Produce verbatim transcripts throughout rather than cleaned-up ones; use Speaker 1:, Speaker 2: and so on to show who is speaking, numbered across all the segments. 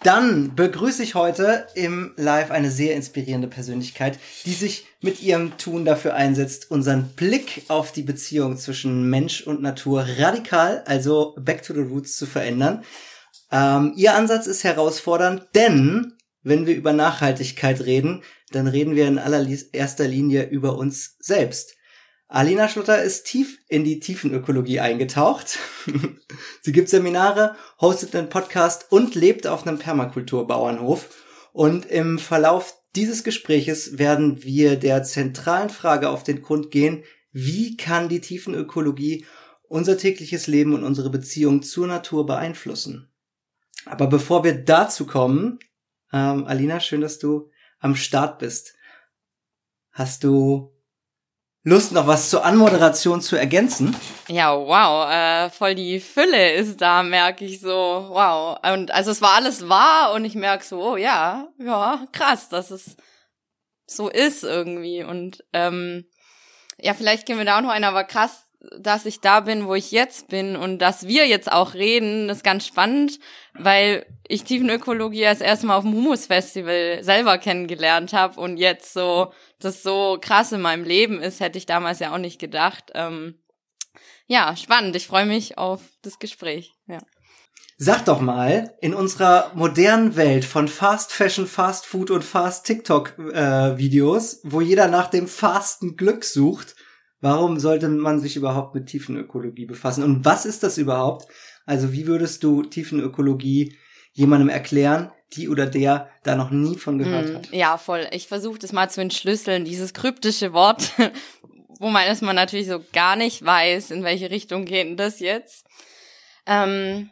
Speaker 1: Dann begrüße ich heute im Live eine sehr inspirierende Persönlichkeit, die sich mit ihrem Tun dafür einsetzt, unseren Blick auf die Beziehung zwischen Mensch und Natur radikal, also back to the roots, zu verändern. Ähm, ihr Ansatz ist herausfordernd, denn wenn wir über Nachhaltigkeit reden, dann reden wir in allererster Linie über uns selbst. Alina Schlutter ist tief in die Tiefenökologie eingetaucht. Sie gibt Seminare, hostet einen Podcast und lebt auf einem Permakulturbauernhof. Und im Verlauf dieses Gespräches werden wir der zentralen Frage auf den Grund gehen: Wie kann die Tiefenökologie unser tägliches Leben und unsere Beziehung zur Natur beeinflussen? Aber bevor wir dazu kommen, ähm, Alina, schön, dass du am Start bist. Hast du Lust, noch was zur Anmoderation zu ergänzen?
Speaker 2: Ja, wow, äh, voll die Fülle ist da, merke ich so, wow. Und also es war alles wahr und ich merke so, oh ja, ja, krass, dass es so ist irgendwie. Und ähm, ja, vielleicht gehen wir da auch noch ein, aber krass, dass ich da bin, wo ich jetzt bin und dass wir jetzt auch reden, ist ganz spannend, weil ich Tiefenökologie erst erstmal auf dem Humus-Festival selber kennengelernt habe und jetzt so das so krass in meinem Leben ist, hätte ich damals ja auch nicht gedacht. Ähm, ja, spannend. Ich freue mich auf das Gespräch. Ja.
Speaker 1: Sag doch mal, in unserer modernen Welt von Fast Fashion, Fast Food und Fast TikTok-Videos, äh, wo jeder nach dem fasten Glück sucht, warum sollte man sich überhaupt mit Tiefenökologie befassen? Und was ist das überhaupt? Also wie würdest du Tiefenökologie jemandem erklären, die oder der da noch nie von gehört hat?
Speaker 2: Ja, voll. Ich versuche das mal zu entschlüsseln, dieses kryptische Wort, wo man erstmal natürlich so gar nicht weiß, in welche Richtung geht denn das jetzt. Ähm,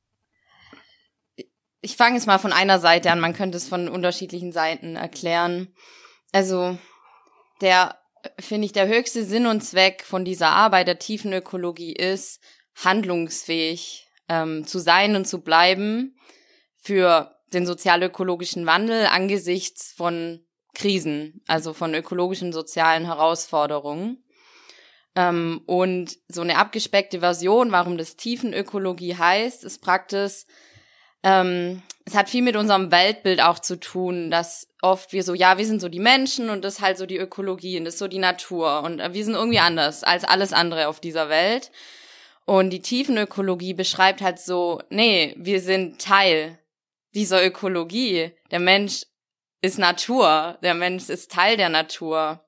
Speaker 2: ich fange jetzt mal von einer Seite an, man könnte es von unterschiedlichen Seiten erklären. Also der, finde ich, der höchste Sinn und Zweck von dieser Arbeit der Tiefenökologie ist, handlungsfähig ähm, zu sein und zu bleiben für den sozial-ökologischen Wandel angesichts von Krisen, also von ökologischen, sozialen Herausforderungen. Ähm, und so eine abgespeckte Version, warum das Tiefenökologie heißt, ist praktisch, ähm, es hat viel mit unserem Weltbild auch zu tun, dass oft wir so, ja, wir sind so die Menschen und das ist halt so die Ökologie und das ist so die Natur und wir sind irgendwie anders als alles andere auf dieser Welt. Und die Tiefenökologie beschreibt halt so, nee, wir sind Teil dieser Ökologie. Der Mensch ist Natur, der Mensch ist Teil der Natur.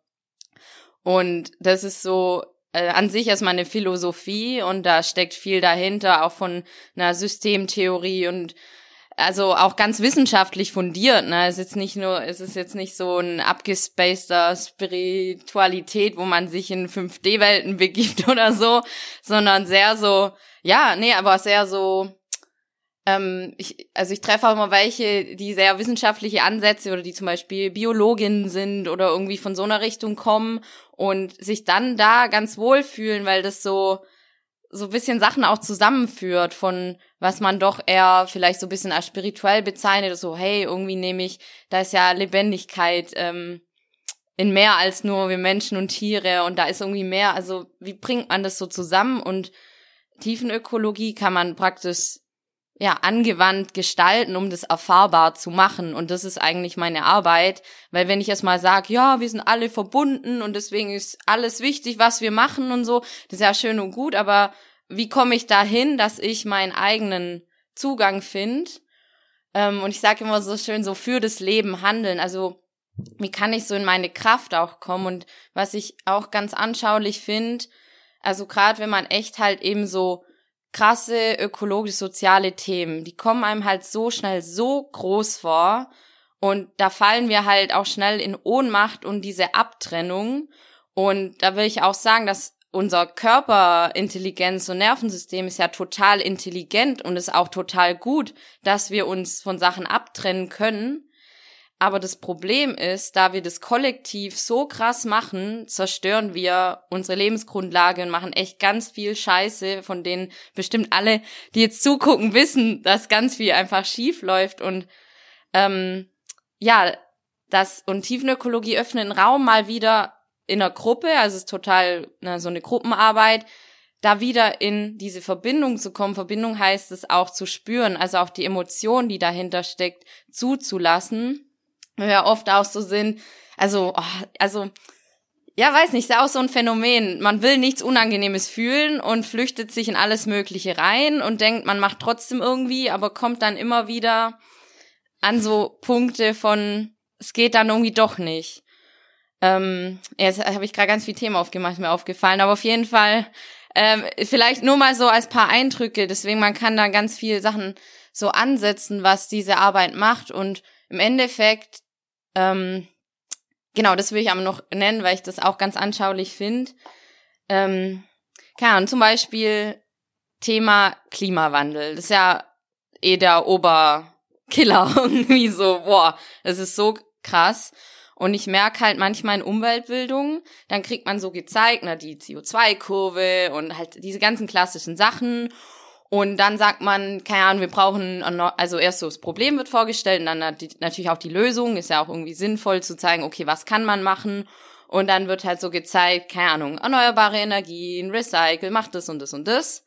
Speaker 2: Und das ist so äh, an sich erstmal eine Philosophie und da steckt viel dahinter, auch von einer Systemtheorie und also auch ganz wissenschaftlich fundiert, ne? Es ist jetzt nicht nur, es ist jetzt nicht so ein abgespaceter Spiritualität, wo man sich in fünf D Welten begibt oder so, sondern sehr so, ja, nee, aber sehr so, ähm, ich, also ich treffe auch immer welche, die sehr wissenschaftliche Ansätze oder die zum Beispiel Biologinnen sind oder irgendwie von so einer Richtung kommen und sich dann da ganz wohl fühlen, weil das so, so ein bisschen Sachen auch zusammenführt von was man doch eher vielleicht so ein bisschen als spirituell bezeichnet, so hey, irgendwie nehme ich, da ist ja Lebendigkeit ähm, in mehr als nur wir Menschen und Tiere und da ist irgendwie mehr, also wie bringt man das so zusammen? Und Tiefenökologie kann man praktisch ja angewandt gestalten, um das erfahrbar zu machen und das ist eigentlich meine Arbeit, weil wenn ich erst mal sage, ja, wir sind alle verbunden und deswegen ist alles wichtig, was wir machen und so, das ist ja schön und gut, aber wie komme ich dahin, dass ich meinen eigenen Zugang finde? Ähm, und ich sage immer so schön, so für das Leben handeln. Also wie kann ich so in meine Kraft auch kommen? Und was ich auch ganz anschaulich finde, also gerade wenn man echt halt eben so krasse ökologisch-soziale Themen, die kommen einem halt so schnell so groß vor und da fallen wir halt auch schnell in Ohnmacht und diese Abtrennung. Und da will ich auch sagen, dass unser Körperintelligenz und Nervensystem ist ja total intelligent und ist auch total gut, dass wir uns von Sachen abtrennen können. Aber das Problem ist, da wir das kollektiv so krass machen, zerstören wir unsere Lebensgrundlage und machen echt ganz viel Scheiße, von denen bestimmt alle, die jetzt zugucken, wissen, dass ganz viel einfach schief läuft. Und ähm, ja, das und Tiefenökologie öffnet einen Raum mal wieder in einer Gruppe, also es ist total na, so eine Gruppenarbeit, da wieder in diese Verbindung zu kommen. Verbindung heißt es auch zu spüren, also auch die Emotion, die dahinter steckt, zuzulassen. Wir ja oft auch so sind, also, oh, also, ja, weiß nicht, ist ja auch so ein Phänomen. Man will nichts Unangenehmes fühlen und flüchtet sich in alles Mögliche rein und denkt, man macht trotzdem irgendwie, aber kommt dann immer wieder an so Punkte von, es geht dann irgendwie doch nicht. Ähm, jetzt habe ich gerade ganz viel Thema aufgemacht, ist mir aufgefallen, aber auf jeden Fall ähm, vielleicht nur mal so als paar Eindrücke, deswegen man kann da ganz viel Sachen so ansetzen, was diese Arbeit macht und im Endeffekt, ähm, genau, das will ich aber noch nennen, weil ich das auch ganz anschaulich finde. Ähm, keine Ahnung, zum Beispiel Thema Klimawandel. Das ist ja eh der Oberkiller irgendwie so, boah, das ist so krass. Und ich merke halt manchmal in Umweltbildung, dann kriegt man so gezeigt, na, die C O zwei Kurve und halt diese ganzen klassischen Sachen. Und dann sagt man, keine Ahnung, wir brauchen, also erst so das Problem wird vorgestellt und dann natürlich auch die Lösung, ist ja auch irgendwie sinnvoll zu zeigen, okay, was kann man machen? Und dann wird halt so gezeigt, keine Ahnung, erneuerbare Energien, Recycle, macht das und das und das.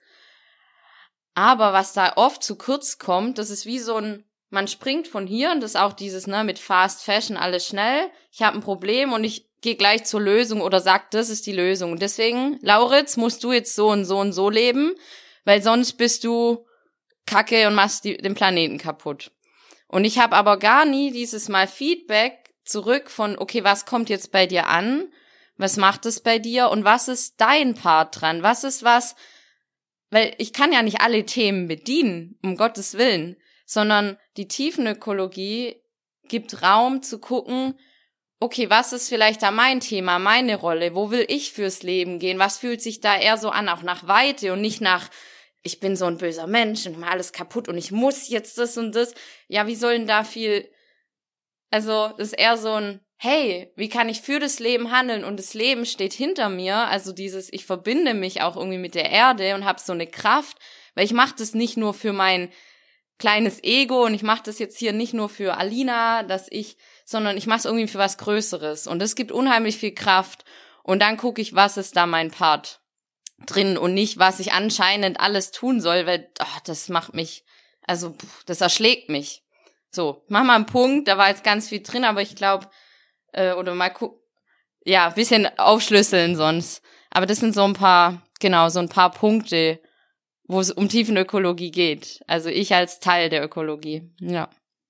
Speaker 2: Aber was da oft zu kurz kommt, das ist wie so ein, man springt von hier und das ist auch dieses, ne, mit Fast Fashion, alles schnell. Ich habe ein Problem und ich gehe gleich zur Lösung oder sag, das ist die Lösung. Und deswegen, Lauritz, musst du jetzt so und so und so leben, weil sonst bist du Kacke und machst die, den Planeten kaputt. Und ich habe aber gar nie dieses Mal Feedback zurück von, okay, was kommt jetzt bei dir an? Was macht es bei dir? Und was ist dein Part dran? Was ist was? Weil ich kann ja nicht alle Themen bedienen, um Gottes Willen, sondern die Tiefenökologie gibt Raum zu gucken, okay, was ist vielleicht da mein Thema, meine Rolle? Wo will ich fürs Leben gehen? Was fühlt sich da eher so an, auch nach Weite und nicht nach, ich bin so ein böser Mensch und mach alles kaputt und ich muss jetzt das und das. Ja, wie soll denn da viel, also das ist eher so ein, hey, wie kann ich für das Leben handeln und das Leben steht hinter mir, also dieses, ich verbinde mich auch irgendwie mit der Erde und habe so eine Kraft, weil ich mache das nicht nur für mein kleines Ego und ich mache das jetzt hier nicht nur für Alina, dass ich, sondern ich mache es irgendwie für was Größeres und es gibt unheimlich viel Kraft und dann gucke ich, was ist da mein Part drin und nicht, was ich anscheinend alles tun soll, weil oh, das macht mich, also pff, das erschlägt mich. So, mach mal einen Punkt, da war jetzt ganz viel drin, aber ich glaube, äh, oder mal gucken, ja, ein bisschen aufschlüsseln sonst, aber das sind so ein paar, genau, so ein paar Punkte, wo es um Tiefenökologie geht. Also ich als Teil der Ökologie, ja.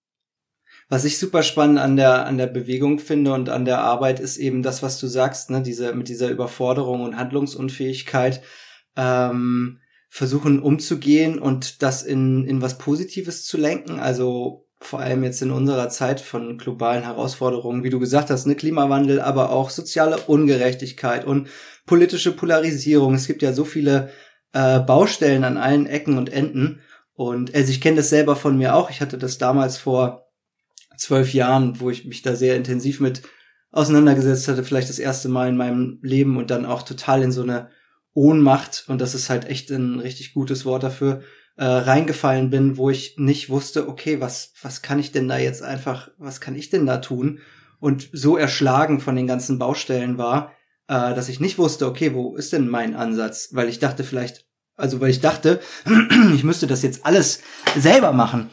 Speaker 1: Was ich super spannend an der an der Bewegung finde und an der Arbeit ist eben das, was du sagst, ne, diese mit dieser Überforderung und Handlungsunfähigkeit ähm, versuchen umzugehen und das in in was Positives zu lenken. Also vor allem jetzt in unserer Zeit von globalen Herausforderungen, wie du gesagt hast, ne, Klimawandel, aber auch soziale Ungerechtigkeit und politische Polarisierung. Es gibt ja so viele äh, Baustellen an allen Ecken und Enden. Und also ich kenne das selber von mir auch. Ich hatte das damals vor zwölf Jahren, wo ich mich da sehr intensiv mit auseinandergesetzt hatte, vielleicht das erste Mal in meinem Leben und dann auch total in so eine Ohnmacht, und das ist halt echt ein richtig gutes Wort dafür, äh, reingefallen bin, wo ich nicht wusste, okay, was was kann ich denn da jetzt einfach, was kann ich denn da tun? Und so erschlagen von den ganzen Baustellen war, äh, dass ich nicht wusste, okay, wo ist denn mein Ansatz? Weil ich dachte vielleicht, also weil ich dachte, ich müsste das jetzt alles selber machen.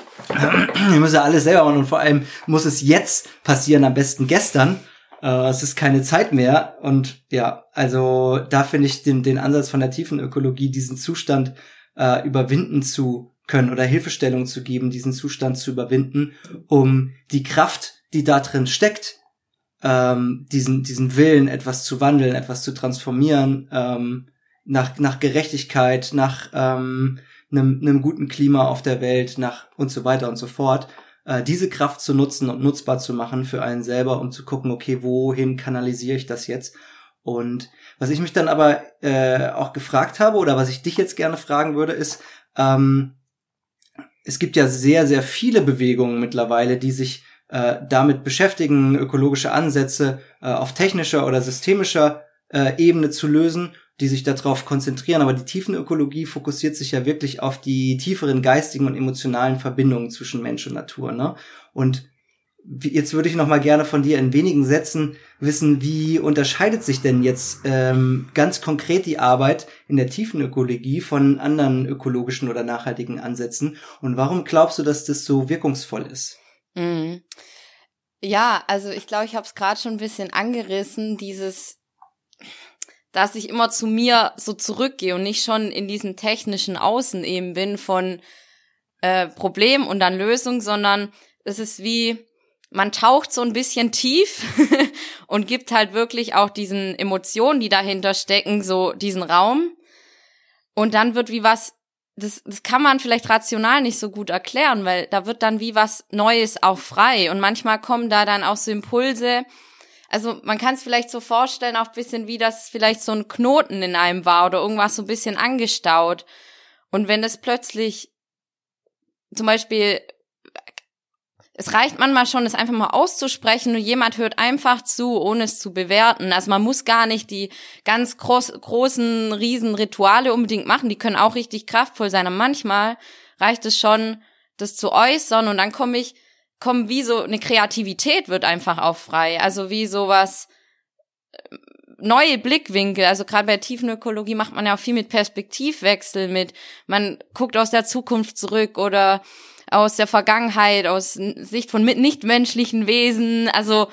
Speaker 1: Ich muss ja alles selber machen und vor allem muss es jetzt passieren, am besten gestern. Äh, es ist keine Zeit mehr und ja, also da finde ich den, den Ansatz von der Tiefenökologie, diesen Zustand äh, überwinden zu können oder Hilfestellung zu geben, diesen Zustand zu überwinden, um die Kraft, die da drin steckt, ähm, diesen diesen Willen, etwas zu wandeln, etwas zu transformieren, ähm, nach nach Gerechtigkeit, nach ähm, einem, einem guten Klima auf der Welt, nach und so weiter und so fort, äh, diese Kraft zu nutzen und nutzbar zu machen für einen selber, um zu gucken, okay, wohin kanalisiere ich das jetzt? Und was ich mich dann aber äh, auch gefragt habe oder was ich dich jetzt gerne fragen würde, ist, ähm, es gibt ja sehr, sehr viele Bewegungen mittlerweile, die sich äh, damit beschäftigen, ökologische Ansätze äh, auf technischer oder systemischer äh, Ebene zu lösen, die sich darauf konzentrieren, aber die Tiefenökologie fokussiert sich ja wirklich auf die tieferen geistigen und emotionalen Verbindungen zwischen Mensch und Natur, ne? Und Jetzt würde ich noch mal gerne von dir in wenigen Sätzen wissen, wie unterscheidet sich denn jetzt ähm, ganz konkret die Arbeit in der Tiefenökologie von anderen ökologischen oder nachhaltigen Ansätzen? Und warum glaubst du, dass das so wirkungsvoll ist?
Speaker 2: Mhm. Ja, also ich glaube, ich habe es gerade schon ein bisschen angerissen, dieses, dass ich immer zu mir so zurückgehe und nicht schon in diesem technischen Außen eben bin von äh, Problem und dann Lösung, sondern es ist wie, man taucht so ein bisschen tief und gibt halt wirklich auch diesen Emotionen, die dahinter stecken, so diesen Raum. Und dann wird wie was, das, das kann man vielleicht rational nicht so gut erklären, weil da wird dann wie was Neues auch frei. Und manchmal kommen da dann auch so Impulse. Also man kann es vielleicht so vorstellen, auch ein bisschen wie das vielleicht so ein Knoten in einem war oder irgendwas so ein bisschen angestaut. Und wenn das plötzlich zum Beispiel, es reicht manchmal schon, das einfach mal auszusprechen und jemand hört einfach zu, ohne es zu bewerten. Also man muss gar nicht die ganz groß, großen, riesen Rituale unbedingt machen, die können auch richtig kraftvoll sein. Aber manchmal reicht es schon, das zu äußern und dann komme ich, komme wie so eine Kreativität wird einfach auch frei. Also wie sowas, neue Blickwinkel. Also gerade bei Tiefenökologie macht man ja auch viel mit Perspektivwechsel, mit man guckt aus der Zukunft zurück oder aus der Vergangenheit, aus Sicht von nichtmenschlichen Wesen, also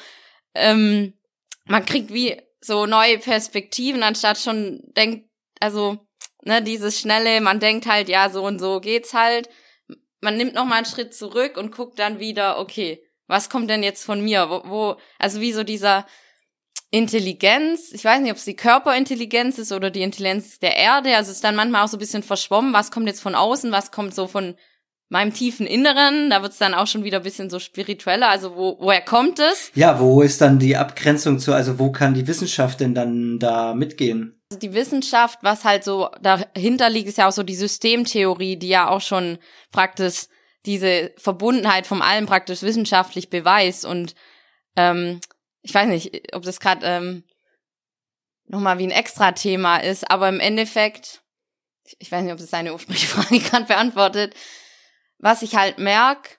Speaker 2: ähm, man kriegt wie so neue Perspektiven, anstatt schon denkt, also ne, dieses schnelle, man denkt halt, ja, so und so geht's halt, man nimmt noch mal einen Schritt zurück und guckt dann wieder, okay, was kommt denn jetzt von mir, wo, wo also wie so dieser Intelligenz, ich weiß nicht, ob es die Körperintelligenz ist oder die Intelligenz der Erde, also es ist dann manchmal auch so ein bisschen verschwommen, was kommt jetzt von außen, was kommt so von meinem tiefen Inneren, da wird's dann auch schon wieder ein bisschen so spiritueller, also wo woher kommt es?
Speaker 1: Ja, wo ist dann die Abgrenzung zu, also wo kann die Wissenschaft denn dann da mitgehen?
Speaker 2: Also die Wissenschaft, was halt so dahinter liegt, ist ja auch so die Systemtheorie, die ja auch schon praktisch diese Verbundenheit vom Allem praktisch wissenschaftlich beweist und ähm, ich weiß nicht, ob das gerade ähm, nochmal wie ein Extra-Thema ist, aber im Endeffekt, ich weiß nicht, ob das deine ursprüngliche Frage gerade beantwortet, was ich halt merke,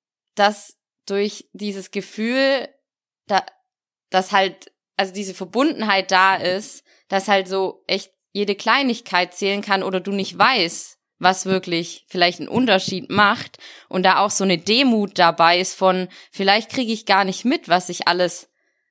Speaker 2: dass durch dieses Gefühl, da, dass halt, also diese Verbundenheit da ist, dass halt so echt jede Kleinigkeit zählen kann oder du nicht weißt, was wirklich vielleicht einen Unterschied macht und da auch so eine Demut dabei ist von, vielleicht kriege ich gar nicht mit, was ich alles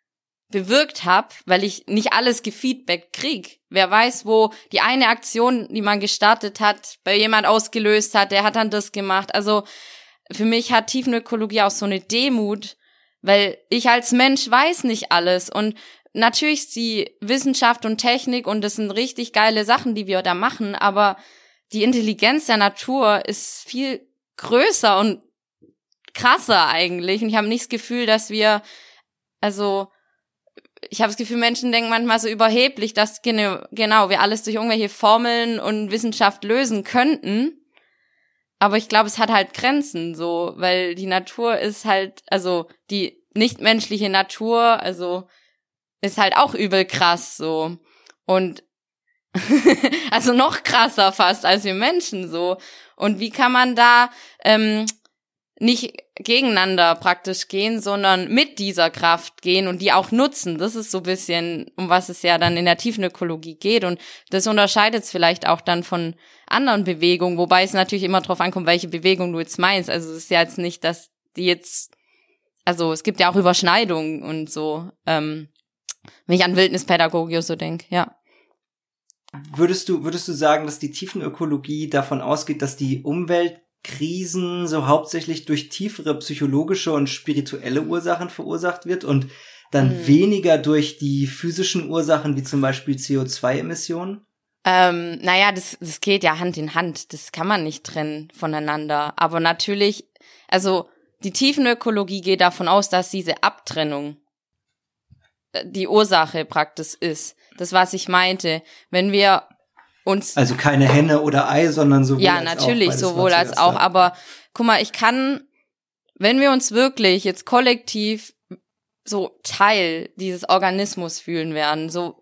Speaker 2: bewirkt habe, weil ich nicht alles gefeedbackt krieg. Wer weiß, wo die eine Aktion, die man gestartet hat, bei jemand ausgelöst hat, der hat dann das gemacht. Also für mich hat Tiefenökologie auch so eine Demut, weil ich als Mensch weiß nicht alles. Und natürlich ist die Wissenschaft und Technik und das sind richtig geile Sachen, die wir da machen, aber die Intelligenz der Natur ist viel größer und krasser eigentlich. Und ich habe nicht das Gefühl, dass wir, also ich habe das Gefühl, Menschen denken manchmal so überheblich, dass genau, genau wir alles durch irgendwelche Formeln und Wissenschaft lösen könnten. Aber ich glaube, es hat halt Grenzen, so, weil die Natur ist halt, also die nichtmenschliche Natur, also ist halt auch übel krass, so. Und also noch krasser fast als wir Menschen, so. Und wie kann man da ähm, nicht gegeneinander praktisch gehen, sondern mit dieser Kraft gehen und die auch nutzen. Das ist so ein bisschen, um was es ja dann in der Tiefenökologie geht. Und das unterscheidet es vielleicht auch dann von anderen Bewegungen, wobei es natürlich immer drauf ankommt, welche Bewegung du jetzt meinst. Also es ist ja jetzt nicht, dass die jetzt, also es gibt ja auch Überschneidungen und so, ähm, wenn ich an Wildnispädagogik so denke, ja.
Speaker 1: Würdest du, würdest du sagen, dass die Tiefenökologie davon ausgeht, dass die Umweltkrisen so hauptsächlich durch tiefere psychologische und spirituelle Ursachen verursacht wird und dann hm. weniger durch die physischen Ursachen, wie zum Beispiel C O zwei Emissionen?
Speaker 2: Ähm, naja, das, das geht ja Hand in Hand. Das kann man nicht trennen voneinander. Aber natürlich, also die Tiefenökologie geht davon aus, dass diese Abtrennung die Ursache praktisch ist. Das, was ich meinte. Wenn wir uns...
Speaker 1: Also keine Henne oder Ei, sondern sowohl
Speaker 2: ja,
Speaker 1: als auch. Ja,
Speaker 2: natürlich, sowohl als auch. Aber guck mal, ich kann, wenn wir uns wirklich jetzt kollektiv so Teil dieses Organismus fühlen werden, so...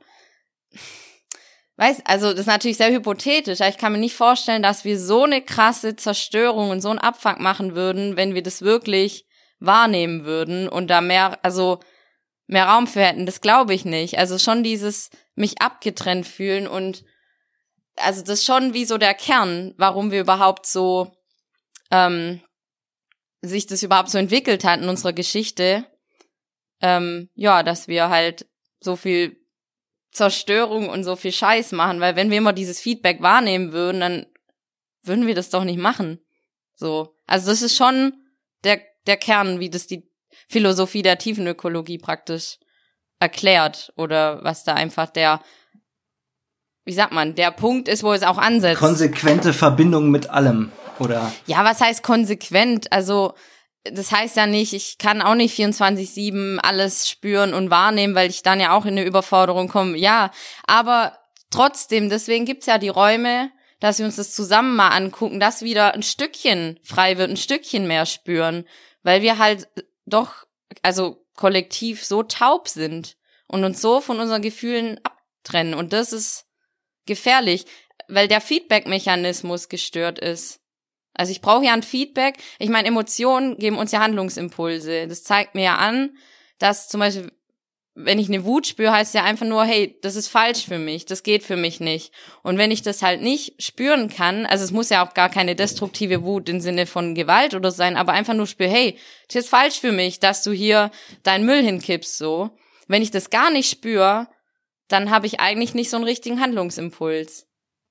Speaker 2: Weiß, also das ist natürlich sehr hypothetisch, aber ich kann mir nicht vorstellen, dass wir so eine krasse Zerstörung und so einen Abfuck machen würden, wenn wir das wirklich wahrnehmen würden und da mehr, also mehr Raum für hätten. Das glaube ich nicht. Also schon dieses mich abgetrennt fühlen und also das ist schon wie so der Kern, warum wir überhaupt so ähm, sich das überhaupt so entwickelt hat in unserer Geschichte. Ähm, ja, dass wir halt so viel Zerstörung und so viel Scheiß machen, weil wenn wir immer dieses Feedback wahrnehmen würden, dann würden wir das doch nicht machen. So, also das ist schon der der Kern, wie das die Philosophie der Tiefenökologie praktisch erklärt oder was da einfach der, wie sagt man, der Punkt ist, wo es auch ansetzt.
Speaker 1: Konsequente Verbindung mit allem, oder?
Speaker 2: Ja, was heißt konsequent? Also das heißt ja nicht, ich kann auch nicht vierundzwanzig sieben alles spüren und wahrnehmen, weil ich dann ja auch in eine Überforderung komme. Ja, aber trotzdem, deswegen gibt's ja die Räume, dass wir uns das zusammen mal angucken, dass wieder ein Stückchen frei wird, ein Stückchen mehr spüren, weil wir halt doch, also kollektiv so taub sind und uns so von unseren Gefühlen abtrennen. Und das ist gefährlich, weil der Feedback-Mechanismus gestört ist. Also ich brauche ja ein Feedback. Ich meine, Emotionen geben uns ja Handlungsimpulse. Das zeigt mir ja an, dass zum Beispiel, wenn ich eine Wut spüre, heißt es ja einfach nur, hey, das ist falsch für mich, das geht für mich nicht. Und wenn ich das halt nicht spüren kann, also es muss ja auch gar keine destruktive Wut im Sinne von Gewalt oder so sein, aber einfach nur spüre, hey, das ist falsch für mich, dass du hier deinen Müll hinkippst, so. Wenn ich das gar nicht spüre, dann habe ich eigentlich nicht so einen richtigen Handlungsimpuls.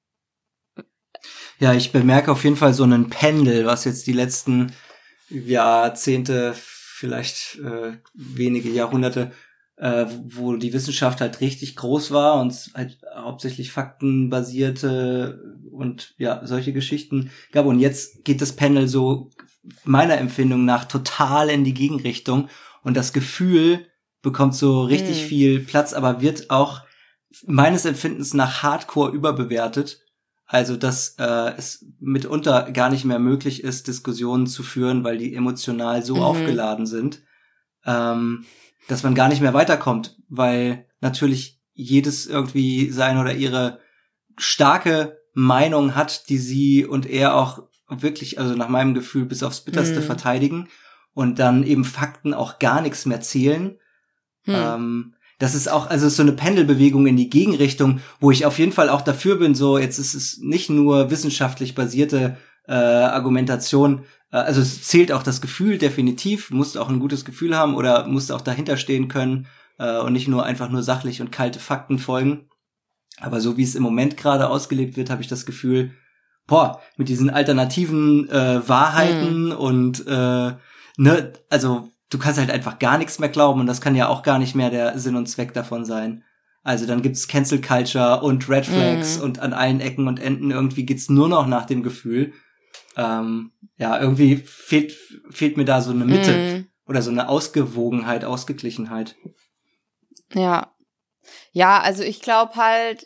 Speaker 1: Ja, ich bemerke auf jeden Fall so einen Pendel, was jetzt die letzten Jahrzehnte, vielleicht äh, wenige Jahrhunderte, äh, wo die Wissenschaft halt richtig groß war und halt hauptsächlich faktenbasierte und ja, solche Geschichten gab. Und jetzt geht das Pendel so meiner Empfindung nach total in die Gegenrichtung und das Gefühl bekommt so richtig hm. viel Platz, aber wird auch meines Empfindens nach Hardcore überbewertet. Also, dass äh, es mitunter gar nicht mehr möglich ist, Diskussionen zu führen, weil die emotional so mhm. aufgeladen sind, ähm, dass man gar nicht mehr weiterkommt, weil natürlich jedes irgendwie seine oder ihre starke Meinung hat, die sie und er auch wirklich, also nach meinem Gefühl, bis aufs Bitterste mhm. verteidigen und dann eben Fakten auch gar nichts mehr zählen. Mhm. Ähm, Das ist auch, also es ist so eine Pendelbewegung in die Gegenrichtung, wo ich auf jeden Fall auch dafür bin, so jetzt ist es nicht nur wissenschaftlich basierte äh, Argumentation, äh, also es zählt auch das Gefühl definitiv, musst auch ein gutes Gefühl haben oder musst auch dahinter stehen können äh, und nicht nur einfach nur sachlich und kalte Fakten folgen. Aber so wie es im Moment gerade ausgelebt wird, habe ich das Gefühl, boah, mit diesen alternativen äh, Wahrheiten mhm. und äh, ne, also du kannst halt einfach gar nichts mehr glauben und das kann ja auch gar nicht mehr der Sinn und Zweck davon sein. Also dann gibt's Cancel Culture und Red Flags mm. und an allen Ecken und Enden irgendwie geht's nur noch nach dem Gefühl. Ähm, ja, irgendwie fehlt, fehlt mir da so eine Mitte mm. oder so eine Ausgewogenheit, Ausgeglichenheit.
Speaker 2: Ja. Ja, also ich glaube halt,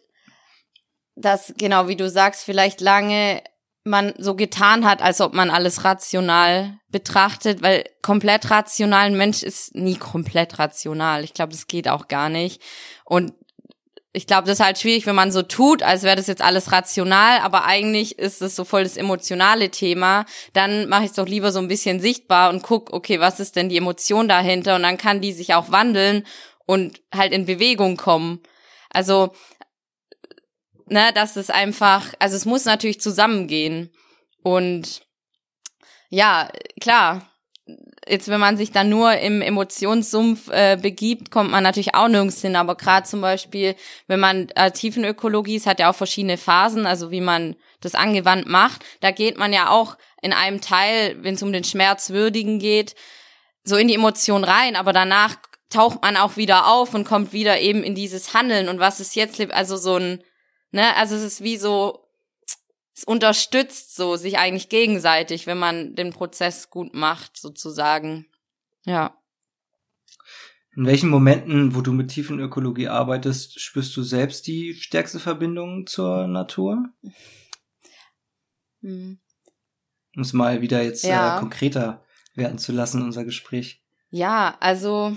Speaker 2: dass, genau wie du sagst, vielleicht lange man so getan hat, als ob man alles rational betrachtet, weil komplett rational, ein Mensch ist nie komplett rational. Ich glaube, das geht auch gar nicht. Und ich glaube, das ist halt schwierig, wenn man so tut, als wäre das jetzt alles rational, aber eigentlich ist es so voll das emotionale Thema. Dann mache ich es doch lieber so ein bisschen sichtbar und guck, okay, was ist denn die Emotion dahinter? Und dann kann die sich auch wandeln und halt in Bewegung kommen. Also ne, dass es einfach, also es muss natürlich zusammengehen. Und ja, klar, jetzt wenn man sich dann nur im Emotionssumpf äh, begibt, kommt man natürlich auch nirgends hin. Aber gerade zum Beispiel, wenn man äh, Tiefenökologie, es hat ja auch verschiedene Phasen, also wie man das angewandt macht, da geht man ja auch in einem Teil, wenn es um den Schmerzwürdigen geht, so in die Emotion rein, aber danach taucht man auch wieder auf und kommt wieder eben in dieses Handeln. Und was ist jetzt, also so ein Ne, also es ist wie so, es unterstützt so sich eigentlich gegenseitig, wenn man den Prozess gut macht, sozusagen. Ja.
Speaker 1: In welchen Momenten, wo du mit Tiefenökologie arbeitest, spürst du selbst die stärkste Verbindung zur Natur? Hm. Um es mal wieder jetzt ja. äh, konkreter werden zu lassen, unser Gespräch.
Speaker 2: Ja, also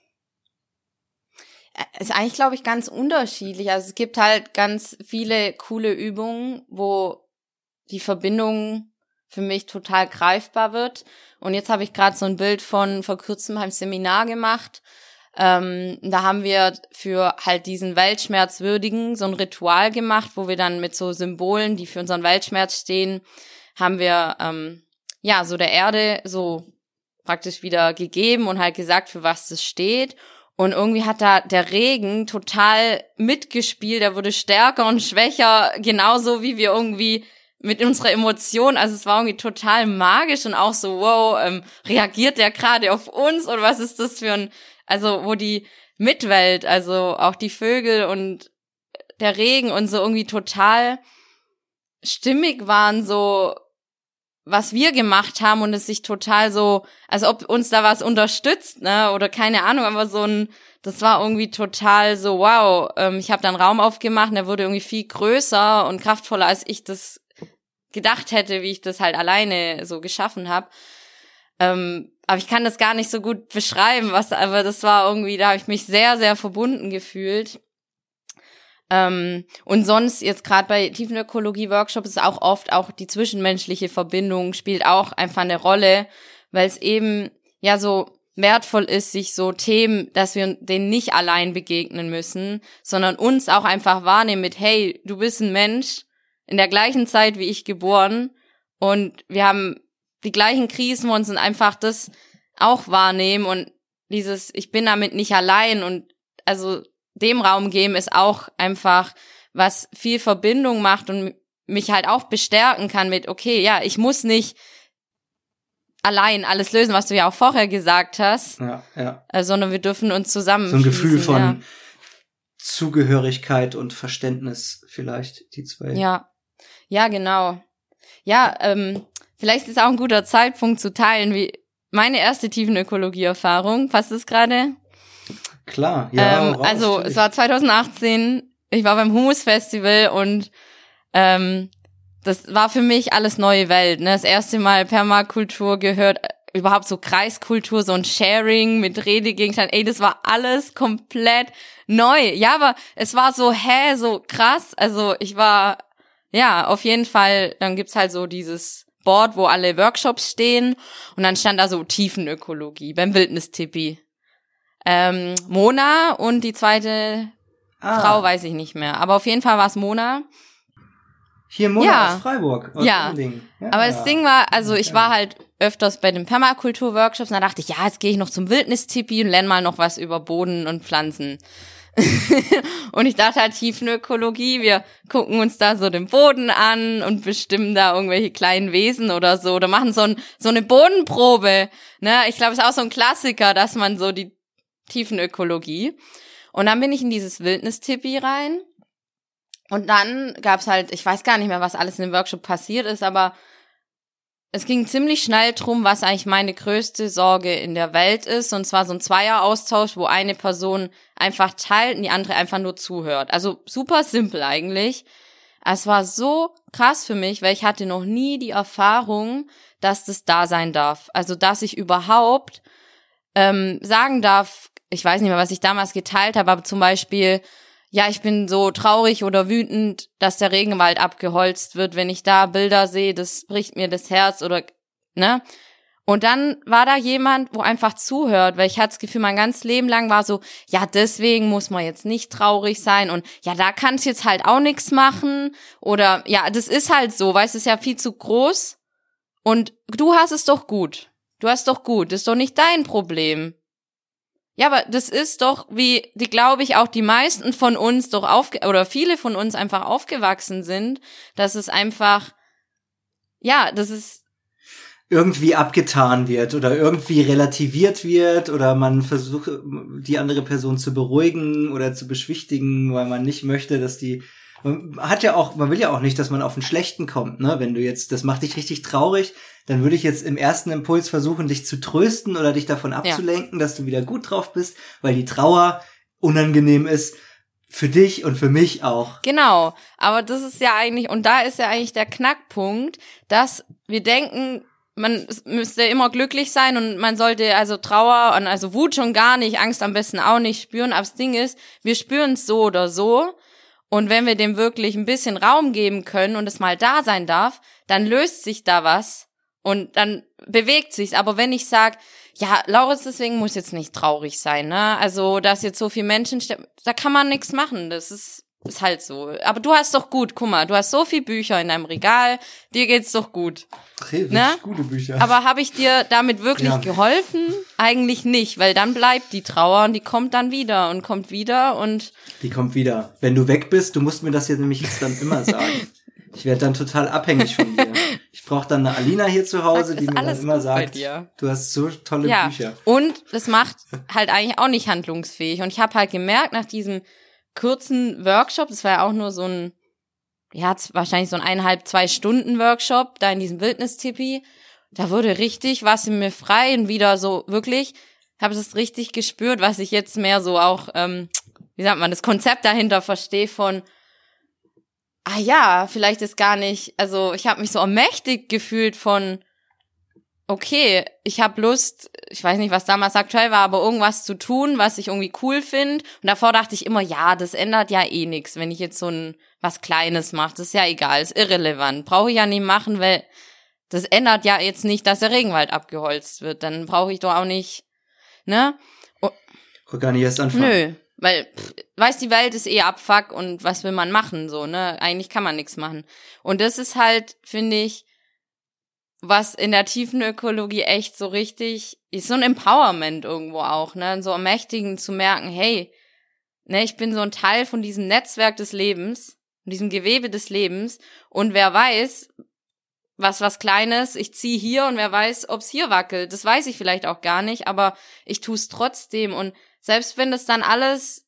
Speaker 2: ist eigentlich, glaube ich, ganz unterschiedlich. Also es gibt halt ganz viele coole Übungen, wo die Verbindung für mich total greifbar wird. Und jetzt habe ich gerade so ein Bild von vor kurzem beim Seminar gemacht. Ähm, da haben wir für halt diesen Weltschmerzwürdigen so ein Ritual gemacht, wo wir dann mit so Symbolen, die für unseren Weltschmerz stehen, haben wir ähm, ja so der Erde so praktisch wieder gegeben und halt gesagt, für was das steht. Und irgendwie hat da der Regen total mitgespielt, der wurde stärker und schwächer, genauso wie wir irgendwie mit unserer Emotion, also es war irgendwie total magisch und auch so, wow, ähm, reagiert der gerade auf uns oder was ist das für ein, also wo die Mitwelt, also auch die Vögel und der Regen und so irgendwie total stimmig waren, so was wir gemacht haben und es sich total so, als ob uns da was unterstützt, ne, oder keine Ahnung, aber so ein, das war irgendwie total so, wow, ähm, ich habe da einen Raum aufgemacht und der wurde irgendwie viel größer und kraftvoller, als ich das gedacht hätte, wie ich das halt alleine so geschaffen habe. Ähm, aber ich kann das gar nicht so gut beschreiben, was, aber das war irgendwie, da habe ich mich sehr, sehr verbunden gefühlt. Ähm, und sonst jetzt gerade bei Tiefenökologie-Workshops ist auch oft auch die zwischenmenschliche Verbindung spielt auch einfach eine Rolle, weil es eben ja so wertvoll ist, sich so Themen, dass wir denen nicht allein begegnen müssen, sondern uns auch einfach wahrnehmen mit, hey, du bist ein Mensch, in der gleichen Zeit wie ich geboren und wir haben die gleichen Krisen und sind einfach das auch wahrnehmen und dieses, ich bin damit nicht allein und also dem Raum geben ist auch einfach, was viel Verbindung macht und mich halt auch bestärken kann mit, okay, ja, ich muss nicht allein alles lösen, was du ja auch vorher gesagt hast,
Speaker 1: ja, ja.
Speaker 2: Äh, sondern wir dürfen uns zusammenschließen.
Speaker 1: So ein Gefühl von
Speaker 2: ja.
Speaker 1: Zugehörigkeit und Verständnis vielleicht, die zwei.
Speaker 2: Ja, ja, genau. Ja, ähm, vielleicht ist auch ein guter Zeitpunkt zu teilen, wie meine erste Tiefenökologie-Erfahrung. Passt es gerade?
Speaker 1: Klar, ja.
Speaker 2: Ähm,
Speaker 1: raus,
Speaker 2: also
Speaker 1: natürlich.
Speaker 2: es war zwanzig achtzehn, ich war beim Humus-Festival und ähm, das war für mich alles neue Welt. Ne? Das erste Mal Permakultur gehört, überhaupt so Kreiskultur, so ein Sharing mit Redegegenstand. Ey, das war alles komplett neu. Ja, aber es war so, hä, so krass. Also ich war, ja, auf jeden Fall, dann gibt's halt so dieses Board, wo alle Workshops stehen und dann stand da so Tiefenökologie beim Wildnistippi. Ähm, Mona und die zweite
Speaker 1: ah.
Speaker 2: Frau weiß ich nicht mehr. Aber auf jeden Fall war es Mona.
Speaker 1: Hier Mona
Speaker 2: ja.
Speaker 1: aus Freiburg. Aus
Speaker 2: ja.
Speaker 1: ja,
Speaker 2: aber das Ding war, also ich war halt öfters bei den Permakultur-Workshops und da dachte ich, ja, jetzt gehe ich noch zum Wildnistippi und lerne mal noch was über Boden und Pflanzen. Und ich dachte halt Tiefenökologie, wir gucken uns da so den Boden an und bestimmen da irgendwelche kleinen Wesen oder so oder machen so, ein, so eine Bodenprobe. Ne? Ich glaube, es ist auch so ein Klassiker, dass man so die Tiefenökologie. Und dann bin ich in dieses Wildnistippi rein und dann gab's halt, ich weiß gar nicht mehr, was alles in dem Workshop passiert ist, aber es ging ziemlich schnell drum, was eigentlich meine größte Sorge in der Welt ist. Und zwar so ein Zweier-Austausch, wo eine Person einfach teilt und die andere einfach nur zuhört. Also super simpel eigentlich. Es war so krass für mich, weil ich hatte noch nie die Erfahrung, dass das da sein darf. Also dass ich überhaupt ähm, sagen darf, ich weiß nicht mehr, was ich damals geteilt habe, aber zum Beispiel, ja, ich bin so traurig oder wütend, dass der Regenwald abgeholzt wird. Wenn ich da Bilder sehe, das bricht mir das Herz oder, ne? Und dann war da jemand, wo einfach zuhört, weil ich hatte das Gefühl, mein ganzes Leben lang war so, ja, deswegen muss man jetzt nicht traurig sein und ja, da kannst du jetzt halt auch nichts machen oder ja, das ist halt so, weißt du, es ist ja viel zu groß und du hast es doch gut. Du hast doch gut, das ist doch nicht dein Problem. Ja, aber das ist doch, wie, die glaube ich, auch die meisten von uns doch aufge- oder viele von uns einfach aufgewachsen sind, dass es einfach, ja, das ist
Speaker 1: irgendwie abgetan wird oder irgendwie relativiert wird oder man versucht, die andere Person zu beruhigen oder zu beschwichtigen, weil man nicht möchte, dass die, man hat ja auch, man will ja auch nicht, dass man auf den Schlechten kommt, ne, wenn du jetzt, das macht dich richtig traurig, dann würde ich jetzt im ersten Impuls versuchen, dich zu trösten oder dich davon abzulenken, ja. dass du wieder gut drauf bist, weil die Trauer unangenehm ist für dich und für mich auch.
Speaker 2: Genau, aber das ist ja eigentlich, und da ist ja eigentlich der Knackpunkt, dass wir denken, man müsste immer glücklich sein und man sollte also Trauer und also Wut schon gar nicht, Angst am besten auch nicht spüren, aber das Ding ist, wir spüren es so oder so Und wenn wir dem wirklich ein bisschen Raum geben können und es mal da sein darf, dann löst sich da was und dann bewegt sich's. Aber wenn ich sag, ja, Lauritz, deswegen muss jetzt nicht traurig sein, ne? Also, dass jetzt so viele Menschen sterben, da kann man nichts machen. Das ist, ist halt so. Aber du hast doch gut, guck mal, du hast so viele Bücher in deinem Regal, dir geht's doch gut.
Speaker 1: Richtig
Speaker 2: ne?
Speaker 1: Gute Bücher.
Speaker 2: Aber habe ich dir damit wirklich
Speaker 1: ja.
Speaker 2: geholfen? Eigentlich nicht, weil dann bleibt die Trauer und die kommt dann wieder und kommt wieder und...
Speaker 1: Die kommt wieder. Wenn du weg bist, du musst mir das jetzt nämlich jetzt dann immer sagen. Ich werde dann total abhängig von dir. Ich brauche dann eine Alina hier zu Hause, die mir dann immer sagt, du hast so tolle
Speaker 2: ja.
Speaker 1: Bücher.
Speaker 2: Und das macht halt eigentlich auch nicht handlungsfähig. Und ich habe halt gemerkt, nach diesem kurzen Workshop, das war ja auch nur so ein, ja, wahrscheinlich so ein eineinhalb, zwei Stunden Workshop, da in diesem Wildnistipi, da wurde richtig was in mir frei und wieder so wirklich, habe es richtig gespürt, was ich jetzt mehr so auch, ähm, wie sagt man, das Konzept dahinter verstehe von, ah ja, vielleicht ist gar nicht, also ich habe mich so ermächtigt gefühlt von, okay, ich habe Lust, ich weiß nicht, was damals aktuell war, aber irgendwas zu tun, was ich irgendwie cool finde. Und davor dachte ich immer, ja, das ändert ja eh nichts, wenn ich jetzt so ein was Kleines mache. Das ist ja egal, ist irrelevant. Brauche ich ja nicht machen, weil das ändert ja jetzt nicht, dass der Regenwald abgeholzt wird. Dann brauche ich doch auch nicht, ne? Und,
Speaker 1: gar nicht erst anfangen.
Speaker 2: Nö. Weil, pff, weiß, die Welt ist eh Abfuck und was will man machen, so, ne? Eigentlich kann man nichts machen. Und das ist halt, finde ich, was in der tiefen Ökologie echt so richtig ist, so ein Empowerment irgendwo auch, ne? So ermächtigend zu merken, hey, ne, ich bin so ein Teil von diesem Netzwerk des Lebens, von diesem Gewebe des Lebens und wer weiß, was was Kleines, ich ziehe hier und wer weiß, ob's hier wackelt. Das weiß ich vielleicht auch gar nicht, aber ich tu's trotzdem und selbst wenn das dann alles,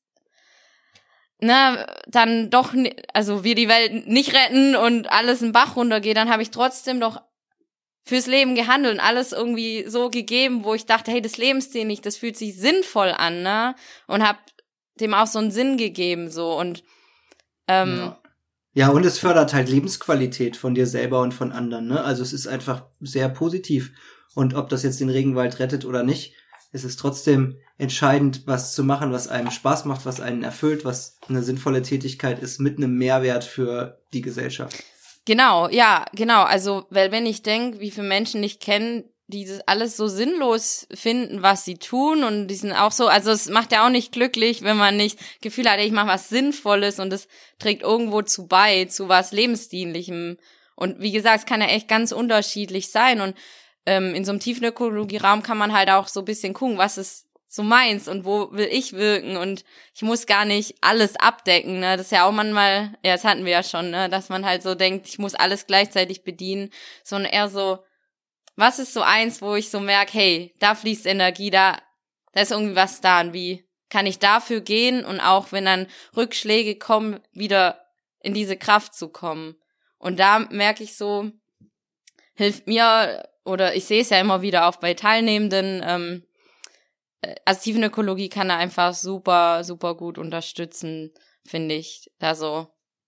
Speaker 2: ne, dann doch, also wir die Welt nicht retten und alles in den Bach runtergeht, dann habe ich trotzdem doch fürs Leben gehandelt und alles irgendwie so gegeben, wo ich dachte, hey, das Lebensstil nicht, das fühlt sich sinnvoll an, ne, und hab dem auch so einen Sinn gegeben, so und ähm,
Speaker 1: ja. ja, und es fördert halt Lebensqualität von dir selber und von anderen, ne, also es ist einfach sehr positiv und ob das jetzt den Regenwald rettet oder nicht, es ist trotzdem entscheidend, was zu machen, was einem Spaß macht, was einen erfüllt, was eine sinnvolle Tätigkeit ist, mit einem Mehrwert für die Gesellschaft.
Speaker 2: Genau, ja, genau. Also, weil wenn ich denke, wie viele Menschen ich kenne, die das alles so sinnlos finden, was sie tun und die sind auch so, also es macht ja auch nicht glücklich, wenn man nicht Gefühl hat, ich mache was Sinnvolles und es trägt irgendwo zu bei, zu was Lebensdienlichem. Und wie gesagt, es kann ja echt ganz unterschiedlich sein und ähm, in so einem tiefen Ökologieraum kann man halt auch so ein bisschen gucken, was ist so meins und wo will ich wirken und ich muss gar nicht alles abdecken, ne, das ist ja auch manchmal, ja, das hatten wir ja schon, ne, dass man halt so denkt, ich muss alles gleichzeitig bedienen, sondern eher so, was ist so eins, wo ich so merke, hey, da fließt Energie, da, da ist irgendwie was da und wie kann ich dafür gehen und auch wenn dann Rückschläge kommen, wieder in diese Kraft zu kommen und da merke ich so, hilft mir, oder ich sehe es ja immer wieder auch bei Teilnehmenden, ähm, also Tiefenökologie kann da einfach super, super gut unterstützen, finde ich. Da so,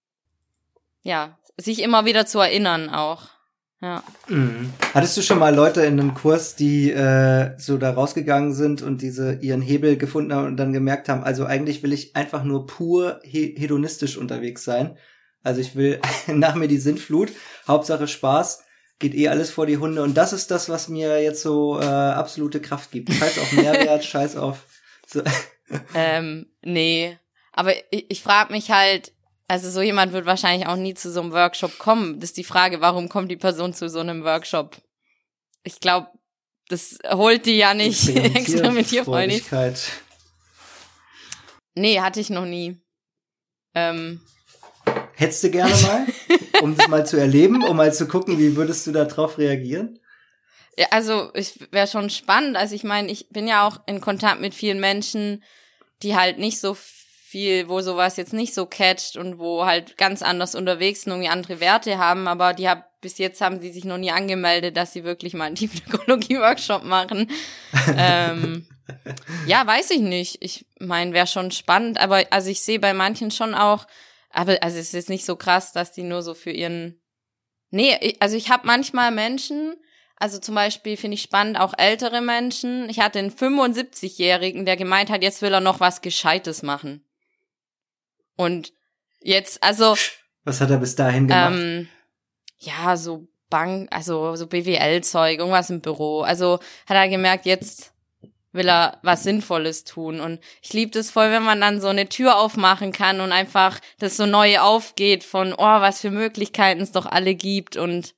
Speaker 2: ja, sich immer wieder zu erinnern auch. Ja.
Speaker 1: Mhm. Hattest du schon mal Leute in einem Kurs, die äh, so da rausgegangen sind und diese ihren Hebel gefunden haben und dann gemerkt haben, also eigentlich will ich einfach nur pur he- hedonistisch unterwegs sein. Also ich will nach mir die Sintflut, Hauptsache Spaß. Geht eh alles vor die Hunde und das ist das, was mir jetzt so äh, absolute Kraft gibt. Scheiß auf Mehrwert, scheiß auf... So.
Speaker 2: Ähm, nee, aber ich, ich frage mich halt, also so jemand wird wahrscheinlich auch nie zu so einem Workshop kommen. Das ist die Frage, warum kommt die Person zu so einem Workshop? Ich glaube, das holt die ja nicht experimentierfreudig. Nee, hatte ich noch nie. Ähm...
Speaker 1: Hättest du gerne mal, um das mal zu erleben, um mal zu gucken, wie würdest du da drauf reagieren?
Speaker 2: Ja, also ich wäre schon spannend. Also ich meine, ich bin ja auch in Kontakt mit vielen Menschen, die halt nicht so viel, wo sowas jetzt nicht so catcht und wo halt ganz anders unterwegs sind, irgendwie andere Werte haben, aber die haben, bis jetzt haben sie sich noch nie angemeldet, dass sie wirklich mal einen Tiefenökologie-Workshop machen. ähm, ja, weiß ich nicht. Ich meine, wäre schon spannend, aber also ich sehe bei manchen schon auch, aber also es ist jetzt nicht so krass, dass die nur so für ihren... Nee, ich, also ich habe manchmal Menschen, also zum Beispiel finde ich spannend, auch ältere Menschen. Ich hatte einen fünfundsiebzigjährigen, der gemeint hat, jetzt will er noch was Gescheites machen. Und jetzt, also...
Speaker 1: Was hat er bis dahin gemacht?
Speaker 2: Ähm, ja, so Bank, also so B W L-Zeug, irgendwas im Büro. Also hat er gemerkt, jetzt will er was Sinnvolles tun. Und ich liebe das voll, wenn man dann so eine Tür aufmachen kann und einfach das so neu aufgeht von, oh, was für Möglichkeiten es doch alle gibt. Und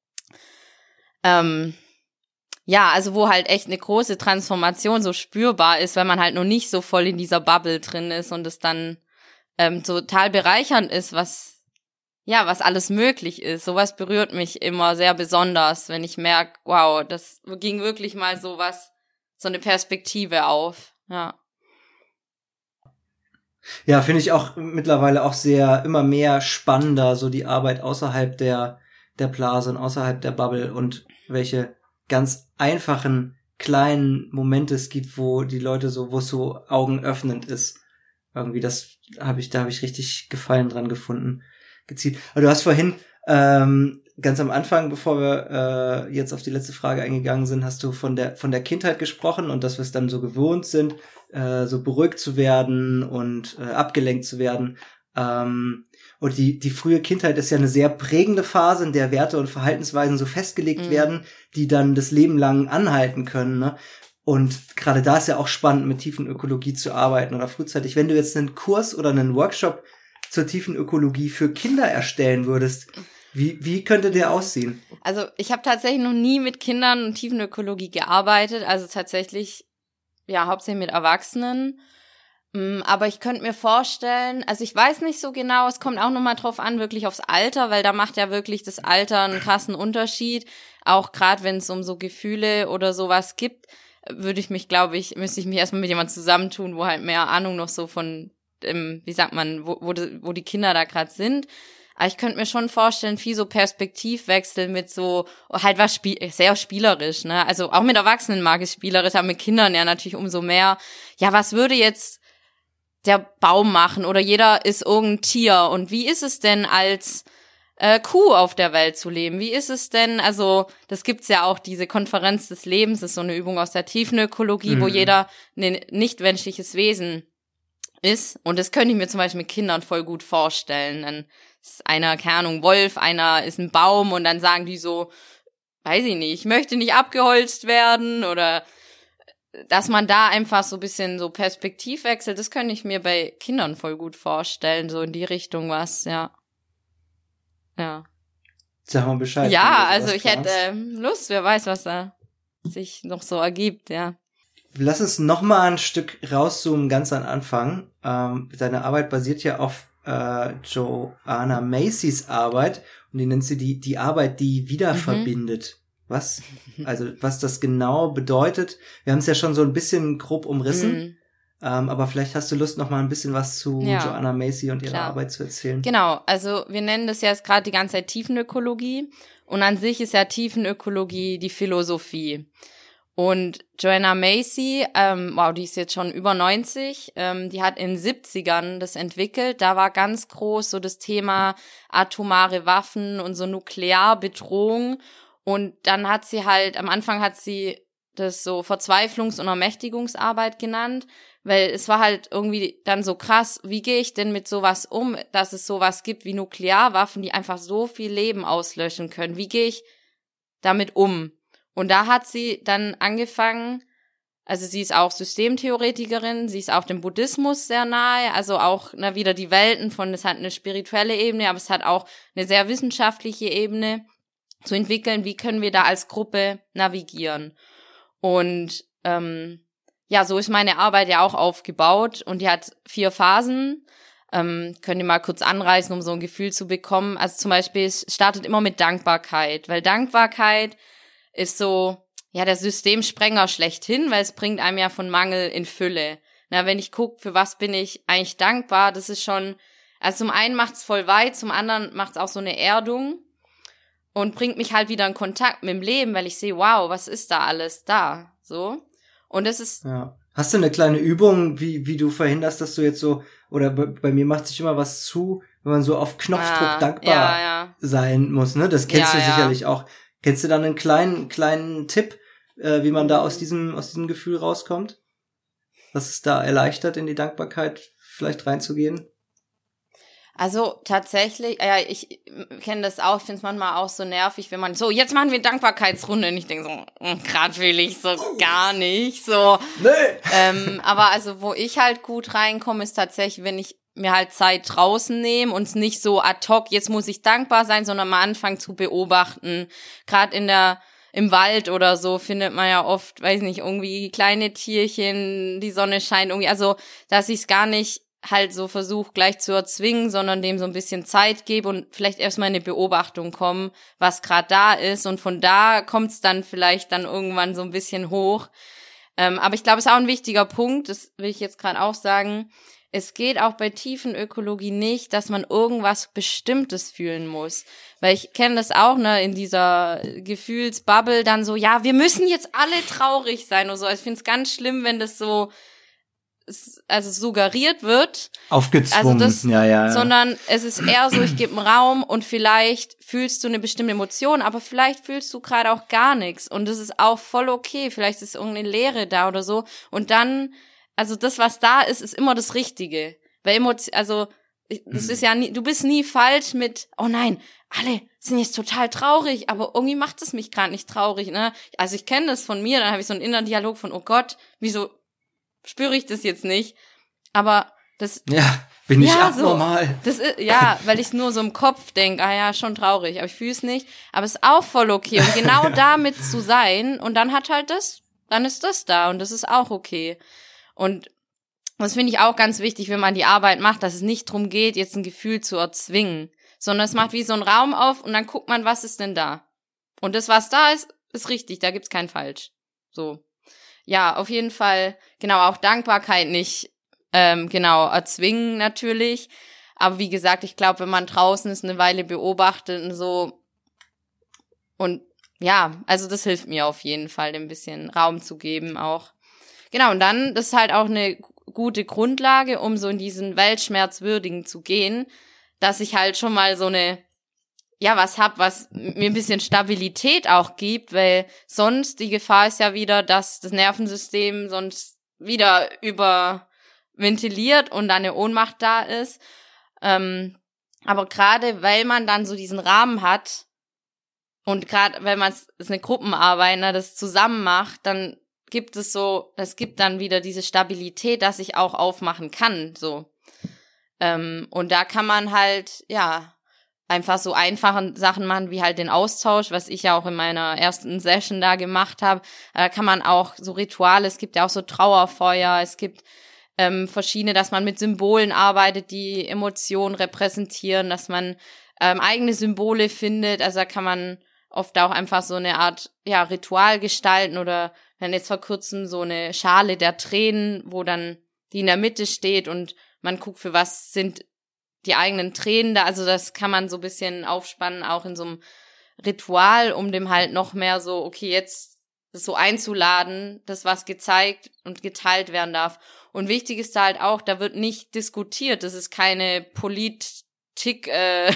Speaker 2: ähm, ja, also wo halt echt eine große Transformation so spürbar ist, wenn man halt noch nicht so voll in dieser Bubble drin ist und es dann ähm, total bereichernd ist, was ja, was alles möglich ist. Sowas berührt mich immer sehr besonders, wenn ich merke, wow, das ging wirklich mal so was, so eine Perspektive auf, ja.
Speaker 1: Ja, finde ich auch mittlerweile auch sehr, immer mehr spannender, so die Arbeit außerhalb der, der Blase und außerhalb der Bubble und welche ganz einfachen, kleinen Momente es gibt, wo die Leute so, wo es so augenöffnend ist. Irgendwie, das habe ich, da habe ich richtig Gefallen dran gefunden. Gezielt. Aber du hast vorhin ähm, ganz am Anfang, bevor wir äh, jetzt auf die letzte Frage eingegangen sind, hast du von der von der Kindheit gesprochen und dass wir es dann so gewohnt sind, äh, so beruhigt zu werden und äh, abgelenkt zu werden. Ähm, und die die frühe Kindheit ist ja eine sehr prägende Phase, in der Werte und Verhaltensweisen so festgelegt mhm. werden, die dann das Leben lang anhalten können. Ne? Und gerade da ist ja auch spannend, mit Tiefenökologie zu arbeiten oder frühzeitig. Wenn du jetzt einen Kurs oder einen Workshop zur Tiefenökologie für Kinder erstellen würdest, wie wie könnte der aussehen?
Speaker 2: Also ich habe tatsächlich noch nie mit Kindern und Tiefenökologie gearbeitet, also tatsächlich ja hauptsächlich mit Erwachsenen. Aber ich könnte mir vorstellen, also ich weiß nicht so genau, es kommt auch nochmal drauf an, wirklich aufs Alter, weil da macht ja wirklich das Alter einen krassen Unterschied. Auch gerade wenn es um so Gefühle oder sowas gibt, würde ich mich, glaube ich, müsste ich mich erstmal mit jemandem zusammentun, wo halt mehr Ahnung noch so von Im, wie sagt man, wo, wo, die, wo die Kinder da gerade sind. Aber ich könnte mir schon vorstellen, viel so Perspektivwechsel mit so, halt was spiel sehr spielerisch, ne? Also auch mit Erwachsenen mag ich spielerisch, aber mit Kindern ja natürlich umso mehr. Ja, was würde jetzt der Baum machen? Oder jeder ist irgendein Tier. Und wie ist es denn als äh, Kuh auf der Welt zu leben? Wie ist es denn, also das gibt's ja auch, diese Konferenz des Lebens, das ist so eine Übung aus der Tiefenökologie, mhm. wo jeder ein nichtmenschliches Wesen ist. Und das könnte ich mir zum Beispiel mit Kindern voll gut vorstellen. Dann ist einer, keine Ahnung, Wolf, einer ist ein Baum und dann sagen die so, weiß ich nicht, ich möchte nicht abgeholzt werden oder dass man da einfach so ein bisschen so Perspektiv wechselt, das könnte ich mir bei Kindern voll gut vorstellen, so in die Richtung was, ja. Ja.
Speaker 1: Sag mal Bescheid.
Speaker 2: Ja, also ich hätte äh, Lust, wer weiß, was da sich noch so ergibt, ja.
Speaker 1: Lass uns noch mal ein Stück rauszoomen, ganz am Anfang. Ähm, deine Arbeit basiert ja auf äh, Joanna Macys Arbeit und die nennt sie die die Arbeit, die wieder mhm. verbindet. Was? Also was das genau bedeutet? Wir haben es ja schon so ein bisschen grob umrissen, mhm. ähm, aber vielleicht hast du Lust, noch mal ein bisschen was zu ja, Joanna Macy und ihrer klar. Arbeit zu erzählen.
Speaker 2: Genau, also wir nennen das ja jetzt gerade die ganze Zeit Tiefenökologie und an sich ist ja Tiefenökologie die Philosophie. Und Joanna Macy, ähm, wow, die ist jetzt schon über neunzig, ähm, die hat in den siebzigern das entwickelt. Da war ganz groß so das Thema atomare Waffen und so Nuklearbedrohung. Und dann hat sie halt, am Anfang hat sie das so Verzweiflungs- und Ermächtigungsarbeit genannt, weil es war halt irgendwie dann so krass, wie gehe ich denn mit sowas um, dass es sowas gibt wie Nuklearwaffen, die einfach so viel Leben auslöschen können. Wie gehe ich damit um? Und da hat sie dann angefangen, also sie ist auch Systemtheoretikerin, sie ist auch dem Buddhismus sehr nahe, also auch na, wieder die Welten von, es hat eine spirituelle Ebene, aber es hat auch eine sehr wissenschaftliche Ebene zu entwickeln, wie können wir da als Gruppe navigieren. Und ähm, ja, so ist meine Arbeit ja auch aufgebaut und die hat vier Phasen. Ähm, könnt ihr mal kurz anreißen, um so ein Gefühl zu bekommen. Also zum Beispiel, es startet immer mit Dankbarkeit, weil Dankbarkeit ist so, ja, der Systemsprenger schlechthin, weil es bringt einem ja von Mangel in Fülle. Na, wenn ich gucke, für was bin ich eigentlich dankbar, das ist schon, also zum einen macht's voll weit, zum anderen macht's auch so eine Erdung und bringt mich halt wieder in Kontakt mit dem Leben, weil ich sehe, wow, was ist da alles da, so. Und das ist...
Speaker 1: Ja. Hast du eine kleine Übung, wie wie du verhinderst, dass du jetzt so, oder bei, bei mir macht sich immer was zu, wenn man so auf Knopfdruck ah, dankbar
Speaker 2: ja, ja.
Speaker 1: sein muss, ne? Das kennst
Speaker 2: ja,
Speaker 1: du
Speaker 2: ja.
Speaker 1: sicherlich auch. Kennst du dann einen kleinen kleinen Tipp, äh, wie man da aus diesem aus diesem Gefühl rauskommt? Was es da erleichtert, in die Dankbarkeit vielleicht reinzugehen?
Speaker 2: Also tatsächlich, ja, ich kenne das auch, ich finde es manchmal auch so nervig, wenn man so, jetzt machen wir Dankbarkeitsrunde und ich denke so, gerade will ich so gar nicht, so.
Speaker 1: Nee.
Speaker 2: Ähm, aber also wo ich halt gut reinkomme, ist tatsächlich, wenn ich mir halt Zeit draußen nehme und es nicht so ad hoc, jetzt muss ich dankbar sein, sondern mal anfangen zu beobachten. Gerade in der im Wald oder so findet man ja oft, weiß nicht, irgendwie kleine Tierchen, die Sonne scheint irgendwie, also dass ich es gar nicht halt so versuche gleich zu erzwingen, sondern dem so ein bisschen Zeit gebe und vielleicht erstmal in eine Beobachtung kommen, was gerade da ist und von da kommt es dann vielleicht dann irgendwann so ein bisschen hoch. Ähm, aber ich glaube, es ist auch ein wichtiger Punkt, das will ich jetzt gerade auch sagen, es geht auch bei Tiefenökologie nicht, dass man irgendwas Bestimmtes fühlen muss. Weil ich kenne das auch, ne, in dieser Gefühlsbubble dann so, ja, wir müssen jetzt alle traurig sein oder so. Ich finde es ganz schlimm, wenn das so also suggeriert wird.
Speaker 1: Aufgezwungen,
Speaker 2: also das,
Speaker 1: ja, ja, ja.
Speaker 2: Sondern es ist eher so, ich gebe einen Raum und vielleicht fühlst du eine bestimmte Emotion, aber vielleicht fühlst du gerade auch gar nichts und das ist auch voll okay. Vielleicht ist irgendeine Leere da oder so und dann, also das, was da ist, ist immer das Richtige. Weil Emotion, also das ist ja nie, du bist nie falsch mit, oh nein, alle sind jetzt total traurig, aber irgendwie macht es mich gerade nicht traurig, ne? Also ich kenne das von mir, dann habe ich so einen inneren Dialog von, oh Gott, wieso spüre ich das jetzt nicht, aber das...
Speaker 1: Ja, bin ich
Speaker 2: ja,
Speaker 1: abnormal.
Speaker 2: So, das ist, ja, weil ich nur so im Kopf denke, ah ja, schon traurig, aber ich fühle es nicht, aber es ist auch voll okay und genau ja. damit zu sein und dann hat halt das, dann ist das da und das ist auch okay und das finde ich auch ganz wichtig, wenn man die Arbeit macht, dass es nicht drum geht, jetzt ein Gefühl zu erzwingen, sondern es macht wie so einen Raum auf und dann guckt man, was ist denn da und das, was da ist, ist richtig, da gibt's kein Falsch, so. Ja, auf jeden Fall, genau, auch Dankbarkeit nicht, ähm, genau, erzwingen natürlich. Aber wie gesagt, ich glaube, wenn man draußen ist, eine Weile beobachtet und so und ja, also das hilft mir auf jeden Fall, dem ein bisschen Raum zu geben auch. Genau, und dann, das ist halt auch eine gute Grundlage, um so in diesen Weltschmerzwürdigen zu gehen, dass ich halt schon mal so eine ja, was hab, was mir ein bisschen Stabilität auch gibt, weil sonst die Gefahr ist ja wieder, dass das Nervensystem sonst wieder überventiliert und dann eine Ohnmacht da ist. Ähm, aber gerade weil man dann so diesen Rahmen hat und gerade wenn man es ist eine Gruppenarbeit, ne, das zusammen macht, dann gibt es so, das gibt dann wieder diese Stabilität, dass ich auch aufmachen kann, so. Ähm, und da kann man halt, ja, einfach so einfache Sachen machen, wie halt den Austausch, was ich ja auch in meiner ersten Session da gemacht habe. Da kann man auch so Rituale, es gibt ja auch so Trauerfeuer, es gibt ähm, verschiedene, dass man mit Symbolen arbeitet, die Emotionen repräsentieren, dass man ähm, eigene Symbole findet. Also da kann man oft auch einfach so eine Art ja Ritual gestalten oder wenn jetzt vor kurzem so eine Schale der Tränen, wo dann die in der Mitte steht und man guckt, für was sind die eigenen Tränen da, also das kann man so ein bisschen aufspannen, auch in so einem Ritual, um dem halt noch mehr so, okay, jetzt das so einzuladen, das was gezeigt und geteilt werden darf. Und wichtig ist da halt auch, da wird nicht diskutiert, das ist keine Politik, äh,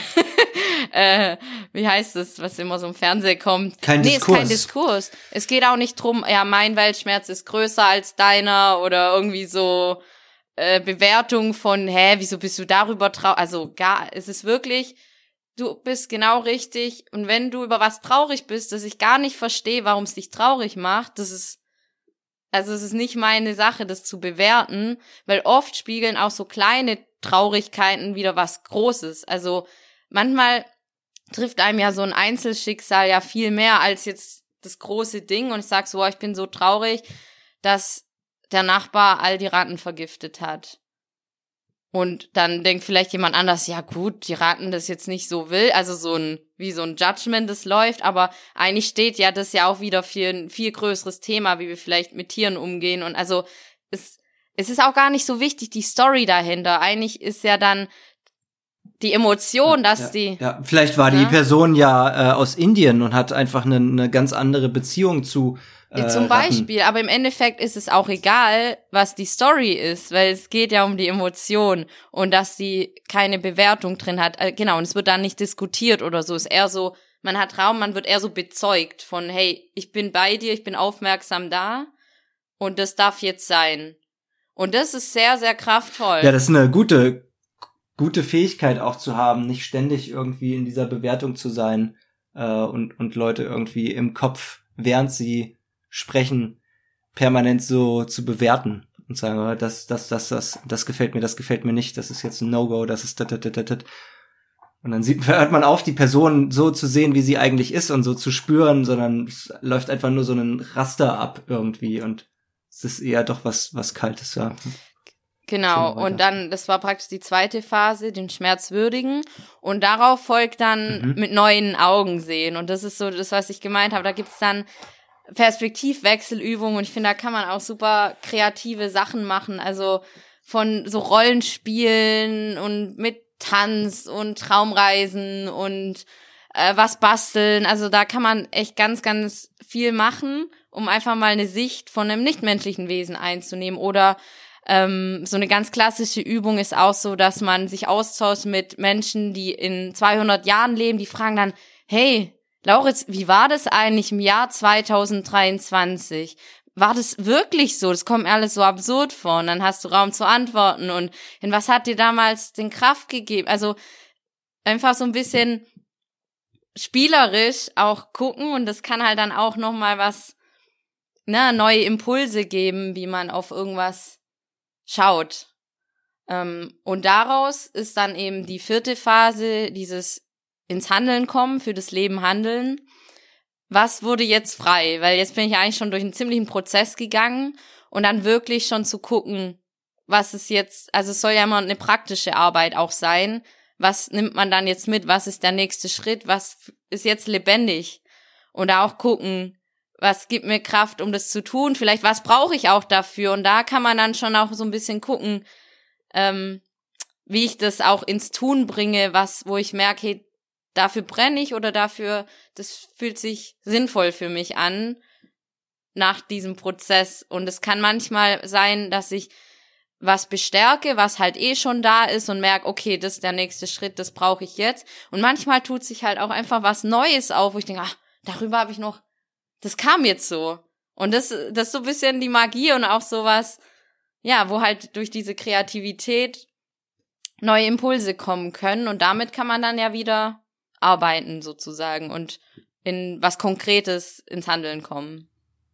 Speaker 2: äh, wie heißt das, was immer so im Fernsehen kommt?
Speaker 1: Kein
Speaker 2: nee,
Speaker 1: Diskurs.
Speaker 2: ist kein Diskurs. Es geht auch nicht drum, ja, mein Weltschmerz ist größer als deiner oder irgendwie so Bewertung von, hä, wieso bist du darüber traurig? Also gar, es ist wirklich, du bist genau richtig und wenn du über was traurig bist, dass ich gar nicht verstehe, warum es dich traurig macht, das ist, also es ist nicht meine Sache, das zu bewerten, weil oft spiegeln auch so kleine Traurigkeiten wieder was Großes. Also manchmal trifft einem ja so ein Einzelschicksal ja viel mehr als jetzt das große Ding und ich sag so, oh, ich bin so traurig, dass der Nachbar all die Ratten vergiftet hat. Und dann denkt vielleicht jemand anders, ja gut, die Ratten das jetzt nicht so will, also so ein, wie so ein Judgment, das läuft, aber eigentlich steht ja das ja auch wieder für ein viel größeres Thema, wie wir vielleicht mit Tieren umgehen und also es, es ist auch gar nicht so wichtig, die Story dahinter. Eigentlich ist ja dann die Emotion, dass
Speaker 1: ja,
Speaker 2: die...
Speaker 1: Ja, vielleicht war
Speaker 2: ja?
Speaker 1: die Person ja äh, aus Indien und hat einfach eine, eine ganz andere Beziehung zu Äh,
Speaker 2: Zum Beispiel, aber im Endeffekt ist es auch egal, was die Story ist, weil es geht ja um die Emotion und dass sie keine Bewertung drin hat. Äh, genau, und es wird dann nicht diskutiert oder so. Es ist eher so, man hat Raum, man wird eher so bezeugt von, hey, ich bin bei dir, ich bin aufmerksam da und das darf jetzt sein. Und das ist sehr, sehr kraftvoll.
Speaker 1: Ja, das ist eine gute gute Fähigkeit auch zu haben, nicht ständig irgendwie in dieser Bewertung zu sein äh, und und Leute irgendwie im Kopf, während sie sprechen, permanent so zu bewerten und sagen, oh, das das das das das gefällt mir, das gefällt mir nicht, das ist jetzt ein No-Go, das ist dat, dat, dat, dat. Und dann sieht, hört man auf, die Person so zu sehen, wie sie eigentlich ist und so zu spüren, sondern es läuft einfach nur so ein Raster ab irgendwie und es ist eher doch was was Kaltes, ja.
Speaker 2: Genau, und dann, das war praktisch die zweite Phase, den Schmerz würdigen und darauf folgt dann mhm. mit neuen Augen sehen und das ist so das, was ich gemeint habe, da gibt's dann Perspektivwechselübungen und ich finde, da kann man auch super kreative Sachen machen, also von so Rollenspielen und mit Tanz und Traumreisen und äh, was basteln. Also da kann man echt ganz, ganz viel machen, um einfach mal eine Sicht von einem nichtmenschlichen Wesen einzunehmen. Oder ähm, so eine ganz klassische Übung ist auch so, dass man sich austauscht mit Menschen, die in zweihundert Jahren leben, die fragen dann, hey, Lauritz, wie war das eigentlich im Jahr zweitausenddreiundzwanzig? War das wirklich so? Das kommt mir alles so absurd vor. Und dann hast du Raum zu antworten. Und in was hat dir damals den Kraft gegeben? Also einfach so ein bisschen spielerisch auch gucken. Und das kann halt dann auch nochmal was, ne, neue Impulse geben, wie man auf irgendwas schaut. Ähm, und daraus ist dann eben die vierte Phase, dieses ins Handeln kommen, für das Leben handeln. Was wurde jetzt frei? Weil jetzt bin ich eigentlich schon durch einen ziemlichen Prozess gegangen und dann wirklich schon zu gucken, was ist jetzt, also es soll ja immer eine praktische Arbeit auch sein. Was nimmt man dann jetzt mit? Was ist der nächste Schritt? Was ist jetzt lebendig? Und da auch gucken, was gibt mir Kraft, um das zu tun? Vielleicht, was brauche ich auch dafür? Und da kann man dann schon auch so ein bisschen gucken, ähm, wie ich das auch ins Tun bringe, was, wo ich merke, hey, dafür brenne ich oder dafür, das fühlt sich sinnvoll für mich an nach diesem Prozess. Und es kann manchmal sein, dass ich was bestärke, was halt eh schon da ist und merke, okay, das ist der nächste Schritt, das brauche ich jetzt. Und manchmal tut sich halt auch einfach was Neues auf, wo ich denke, ach, darüber habe ich noch, das kam jetzt so. Und das, das ist so ein bisschen die Magie und auch sowas, ja, wo halt durch diese Kreativität neue Impulse kommen können. Und damit kann man dann ja wieder arbeiten sozusagen und in was Konkretes ins Handeln kommen.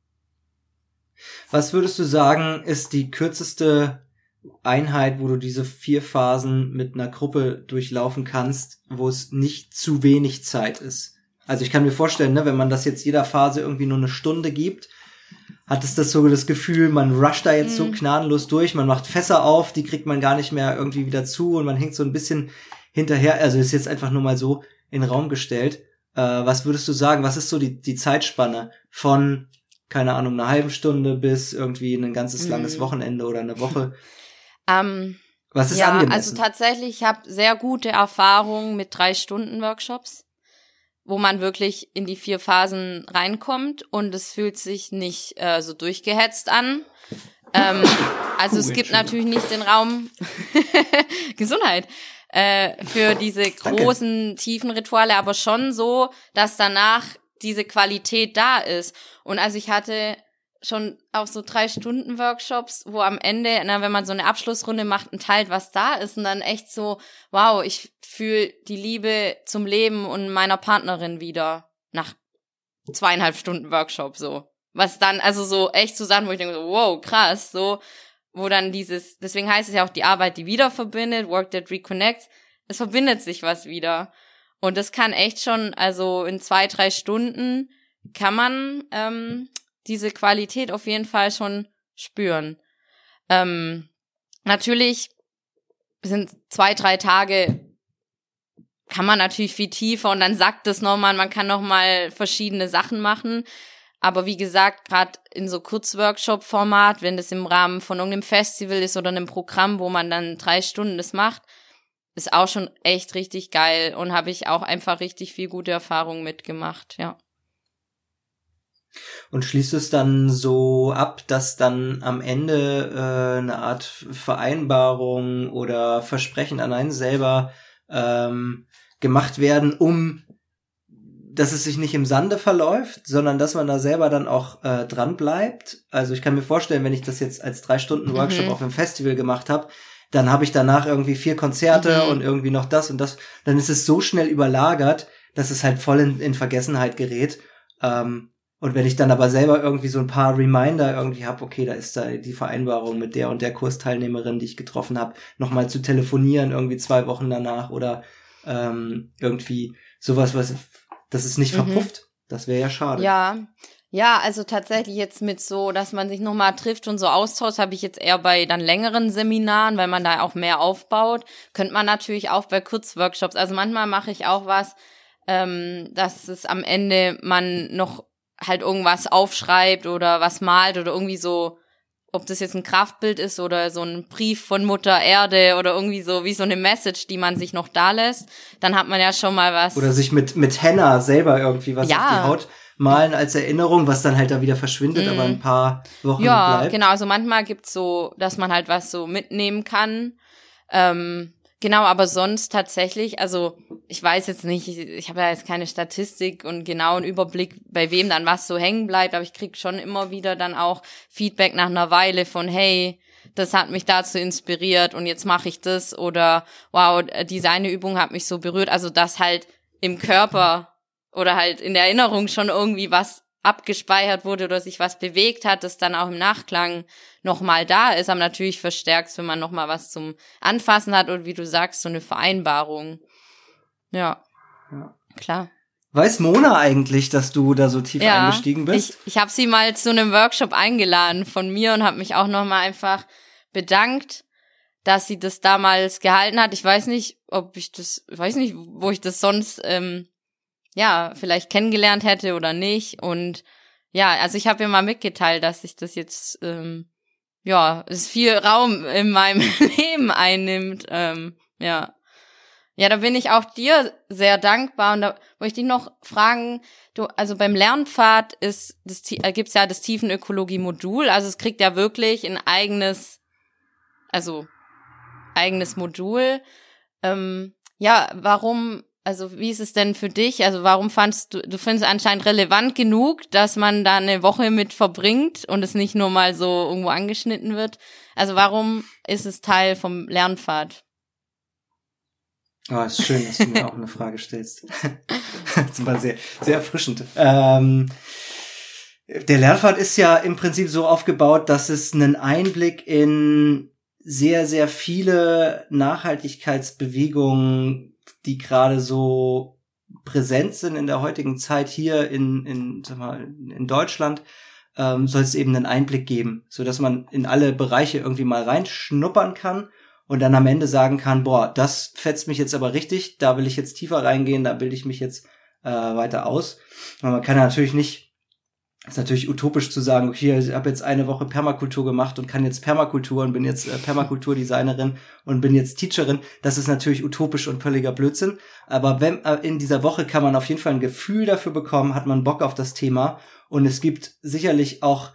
Speaker 1: Was würdest du sagen, ist die kürzeste Einheit, wo du diese vier Phasen mit einer Gruppe durchlaufen kannst, wo es nicht zu wenig Zeit ist? Also ich kann mir vorstellen, ne, wenn man das jetzt jeder Phase irgendwie nur eine Stunde gibt, hat es das so das Gefühl, man rusht da jetzt mhm. so gnadenlos durch, man macht Fässer auf, die kriegt man gar nicht mehr irgendwie wieder zu und man hängt so ein bisschen hinterher. Also ist jetzt einfach nur mal so in den Raum gestellt. Äh, was würdest du sagen, was ist so die, die Zeitspanne von, keine Ahnung, einer halben Stunde bis irgendwie ein ganzes langes Wochenende oder eine Woche?
Speaker 2: Ähm,
Speaker 1: was ist
Speaker 2: ja,
Speaker 1: angemessen?
Speaker 2: Also tatsächlich, ich habe sehr gute Erfahrungen mit drei Stunden Workshops, wo man wirklich in die vier Phasen reinkommt und es fühlt sich nicht äh, so durchgehetzt an. Ähm, also es gibt natürlich nicht den Raum Gesundheit äh, für diese großen, Danke. tiefen Rituale, aber schon so, dass danach diese Qualität da ist. Und also ich hatte schon auch so drei Stunden Workshops, wo am Ende, na, wenn man so eine Abschlussrunde macht und teilt, was da ist und dann echt so, wow, ich fühle die Liebe zum Leben und meiner Partnerin wieder nach zweieinhalb Stunden Workshop so. Was dann, also so echt so Sachen, wo ich denke, so, wow, krass, so, wo dann dieses, deswegen heißt es ja auch die Arbeit, die wieder verbindet, Work that reconnects, es verbindet sich was wieder. Und das kann echt schon, also in zwei, drei Stunden kann man ähm, diese Qualität auf jeden Fall schon spüren. Ähm, natürlich sind zwei, drei Tage, kann man natürlich viel tiefer und dann sagt es nochmal, man kann nochmal verschiedene Sachen machen. Aber wie gesagt, gerade in so Kurzworkshop-Format, wenn das im Rahmen von irgendeinem Festival ist oder einem Programm, wo man dann drei Stunden das macht, ist auch schon echt richtig geil und habe ich auch einfach richtig viel gute Erfahrungen mitgemacht, ja.
Speaker 1: Und schließt es dann so ab, dass dann am Ende äh, eine Art Vereinbarung oder Versprechen an einen selber ähm, gemacht werden, um dass es sich nicht im Sande verläuft, sondern dass man da selber dann auch äh, dran bleibt. Also ich kann mir vorstellen, wenn ich das jetzt als drei Stunden Workshop mhm. auf einem Festival gemacht habe, dann habe ich danach irgendwie vier Konzerte mhm. und irgendwie noch das und das. Dann ist es so schnell überlagert, dass es halt voll in, in Vergessenheit gerät. Ähm, und wenn ich dann aber selber irgendwie so ein paar Reminder irgendwie habe, okay, da ist da die Vereinbarung mit der und der Kursteilnehmerin, die ich getroffen habe, nochmal zu telefonieren irgendwie zwei Wochen danach oder ähm, irgendwie sowas, was das ist nicht mhm. verpufft. Das wäre ja schade.
Speaker 2: Ja, ja, also tatsächlich jetzt mit so, dass man sich nochmal trifft und so austauscht, habe ich jetzt eher bei dann längeren Seminaren, weil man da auch mehr aufbaut. Könnte man natürlich auch bei Kurzworkshops. Also manchmal mache ich auch was, ähm, dass es am Ende man noch halt irgendwas aufschreibt oder was malt oder irgendwie so, ob das jetzt ein Kraftbild ist oder so ein Brief von Mutter Erde oder irgendwie so wie so eine Message, die man sich noch da lässt, dann hat man ja schon mal was.
Speaker 1: Oder sich mit mit Henna selber irgendwie was
Speaker 2: ja.
Speaker 1: auf die Haut malen als Erinnerung, was dann halt da wieder verschwindet, mm. aber ein paar Wochen
Speaker 2: ja,
Speaker 1: bleibt.
Speaker 2: Ja, genau, also manchmal gibt's so, dass man halt was so mitnehmen kann. Ähm, genau, aber sonst tatsächlich, also ich weiß jetzt nicht, ich, ich habe ja jetzt keine Statistik und genauen Überblick, bei wem dann was so hängen bleibt, aber ich krieg schon immer wieder dann auch Feedback nach einer Weile von, hey, das hat mich dazu inspiriert und jetzt mache ich das oder wow, diese eine Übung hat mich so berührt, also dass halt im Körper oder halt in der Erinnerung schon irgendwie was abgespeichert wurde oder sich was bewegt hat, das dann auch im Nachklang nochmal da ist, aber natürlich verstärkt, wenn man nochmal was zum Anfassen hat und wie du sagst, so eine Vereinbarung. Ja, ja. Klar.
Speaker 1: Weiß Mona eigentlich, dass du da so tief ja, eingestiegen bist?
Speaker 2: Ich, ich habe sie mal zu einem Workshop eingeladen von mir und habe mich auch nochmal einfach bedankt, dass sie das damals gehalten hat. Ich weiß nicht, ob ich das, weiß nicht, wo ich das sonst ähm, ja, vielleicht kennengelernt hätte oder nicht. Und ja, also ich habe ihr mal mitgeteilt, dass ich das jetzt, ähm, ja, es viel Raum in meinem Leben einnimmt. Ähm, ja. Ja, da bin ich auch dir sehr dankbar. Und da wollte ich dich noch fragen, du, also beim Lernpfad ist das, äh, gibt's ja das Tiefenökologie-Modul. Also es kriegt ja wirklich ein eigenes, also eigenes Modul. Ähm, ja, warum... Also wie ist es denn für dich? Also warum fandst du, du findest es anscheinend relevant genug, dass man da eine Woche mit verbringt und es nicht nur mal so irgendwo angeschnitten wird? Also warum ist es Teil vom Lernpfad?
Speaker 1: Oh, ist schön, dass du mir auch eine Frage stellst. Das war sehr, sehr erfrischend. Ähm, der Lernpfad ist ja im Prinzip so aufgebaut, dass es einen Einblick in sehr, sehr viele Nachhaltigkeitsbewegungen, die gerade so präsent sind in der heutigen Zeit hier in in sag mal, in Deutschland, ähm, soll es eben einen Einblick geben, so dass man in alle Bereiche irgendwie mal reinschnuppern kann und dann am Ende sagen kann, boah, das fetzt mich jetzt aber richtig, da will ich jetzt tiefer reingehen, da bilde ich mich jetzt äh, weiter aus. Aber man kann ja natürlich nicht, ist natürlich utopisch zu sagen, okay, ich habe jetzt eine Woche Permakultur gemacht und kann jetzt Permakultur und bin jetzt äh, Permakulturdesignerin und bin jetzt Teacherin. Das ist natürlich utopisch und völliger Blödsinn. Aber wenn äh, in dieser Woche kann man auf jeden Fall ein Gefühl dafür bekommen, hat man Bock auf das Thema. Und es gibt sicherlich auch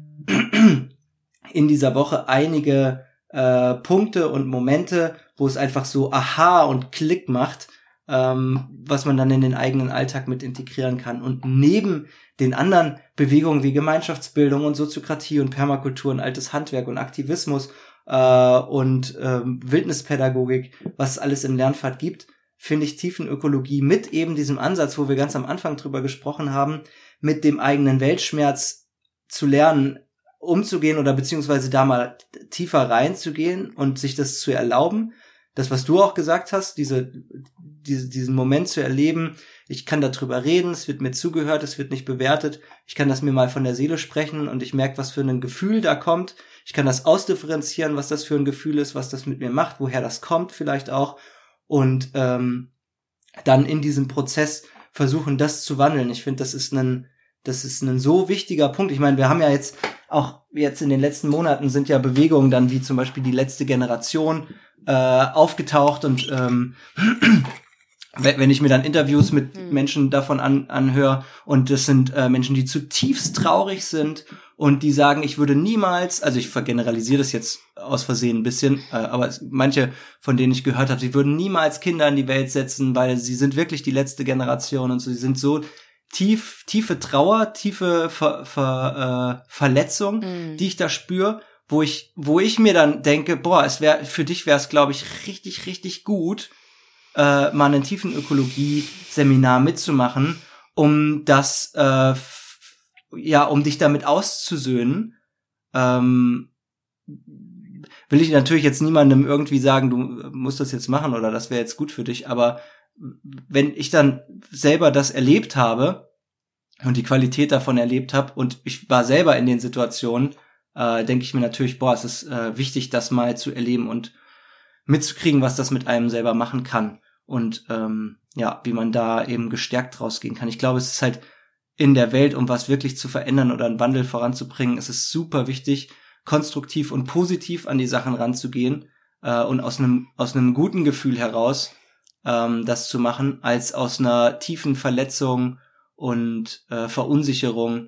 Speaker 1: in dieser Woche einige äh, Punkte und Momente, wo es einfach so Aha und Klick macht, ähm, was man dann in den eigenen Alltag mit integrieren kann. Und neben den anderen Bewegungen wie Gemeinschaftsbildung und Soziokratie und Permakultur und altes Handwerk und Aktivismus äh, und ähm, Wildnispädagogik, was es alles im Lernpfad gibt, finde ich Tiefenökologie mit eben diesem Ansatz, wo wir ganz am Anfang drüber gesprochen haben, mit dem eigenen Weltschmerz zu lernen, umzugehen oder beziehungsweise da mal tiefer reinzugehen und sich das zu erlauben. Das, was du auch gesagt hast, diese, diese, diesen Moment zu erleben, ich kann darüber reden, es wird mir zugehört, es wird nicht bewertet, ich kann das mir mal von der Seele sprechen und ich merke, was für ein Gefühl da kommt, ich kann das ausdifferenzieren, was das für ein Gefühl ist, was das mit mir macht, woher das kommt vielleicht auch und ähm, dann in diesem Prozess versuchen, das zu wandeln. Ich finde, das ist ein, das ist ein so wichtiger Punkt. Ich meine, wir haben ja jetzt auch jetzt in den letzten Monaten sind ja Bewegungen dann wie zum Beispiel die letzte Generation äh, aufgetaucht und ähm, wenn ich mir dann Interviews mit mhm. Menschen davon an, anhöre und das sind äh, Menschen, die zutiefst traurig sind und die sagen, ich würde niemals, also ich vergeneralisiere das jetzt aus Versehen ein bisschen, äh, aber es, manche, von denen ich gehört habe, sie würden niemals Kinder in die Welt setzen, weil sie sind wirklich die letzte Generation und so, sie sind so tief, tiefe Trauer, tiefe Ver, Ver, äh, Verletzung, mhm. die ich da spüre. wo ich, wo ich mir dann denke, boah, es wäre, für dich wäre es, glaube ich, richtig, richtig gut, äh, mal ein Tiefenökologie-Seminar mitzumachen, um das, äh, f- ja, um dich damit auszusöhnen. Ähm, will ich natürlich jetzt niemandem irgendwie sagen, du musst das jetzt machen oder das wäre jetzt gut für dich, aber wenn ich dann selber das erlebt habe und die Qualität davon erlebt habe und ich war selber in den Situationen, äh, denke ich mir natürlich, boah, es ist äh, wichtig, das mal zu erleben und mitzukriegen, was das mit einem selber machen kann und ähm, ja, wie man da eben gestärkt rausgehen kann. Ich glaube, es ist halt in der Welt, um was wirklich zu verändern oder einen Wandel voranzubringen, es ist super wichtig, konstruktiv und positiv an die Sachen ranzugehen äh, und aus einem aus einem guten Gefühl heraus ähm, das zu machen, als aus einer tiefen Verletzung und äh, Verunsicherung.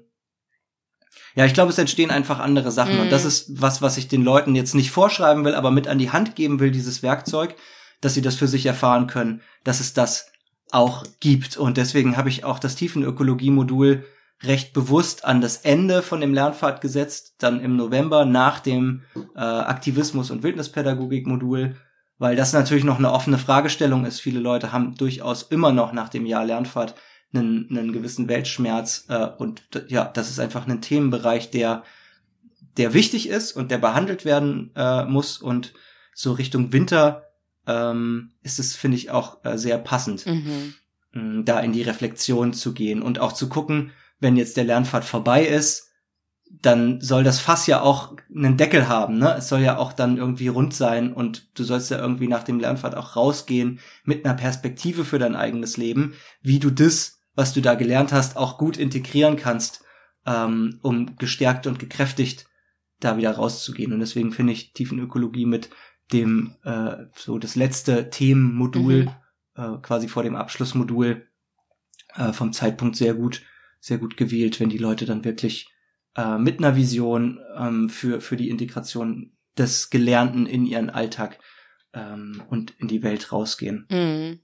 Speaker 1: Ja, ich glaube, es entstehen einfach andere Sachen. Mm. Und das ist was, was ich den Leuten jetzt nicht vorschreiben will, aber mit an die Hand geben will, dieses Werkzeug, dass sie das für sich erfahren können, dass es das auch gibt. Und deswegen habe ich auch das Tiefenökologie-Modul recht bewusst an das Ende von dem Lernpfad gesetzt, dann im November nach dem äh, Aktivismus- und Wildnispädagogik-Modul, weil das natürlich noch eine offene Fragestellung ist. Viele Leute haben durchaus immer noch nach dem Jahr Lernpfad einen, einen gewissen Weltschmerz äh, und ja, das ist einfach ein Themenbereich, der der wichtig ist und der behandelt werden äh, muss und so Richtung Winter ähm, ist es, finde ich, auch äh, sehr passend,
Speaker 2: Mhm.
Speaker 1: mh, da in die Reflexion zu gehen und auch zu gucken, wenn jetzt der Lernpfad vorbei ist, dann soll das Fass ja auch einen Deckel haben, ne? Es soll ja auch dann irgendwie rund sein und du sollst ja irgendwie nach dem Lernpfad auch rausgehen mit einer Perspektive für dein eigenes Leben, wie du das, was du da gelernt hast, auch gut integrieren kannst, ähm, um gestärkt und gekräftigt da wieder rauszugehen. Und deswegen finde ich Tiefenökologie mit dem äh, so das letzte Themenmodul mhm. äh, quasi vor dem Abschlussmodul äh, vom Zeitpunkt sehr gut, sehr gut gewählt, wenn die Leute dann wirklich äh, mit einer Vision ähm, für für die Integration des Gelernten in ihren Alltag ähm, und in die Welt rausgehen.
Speaker 2: Mhm.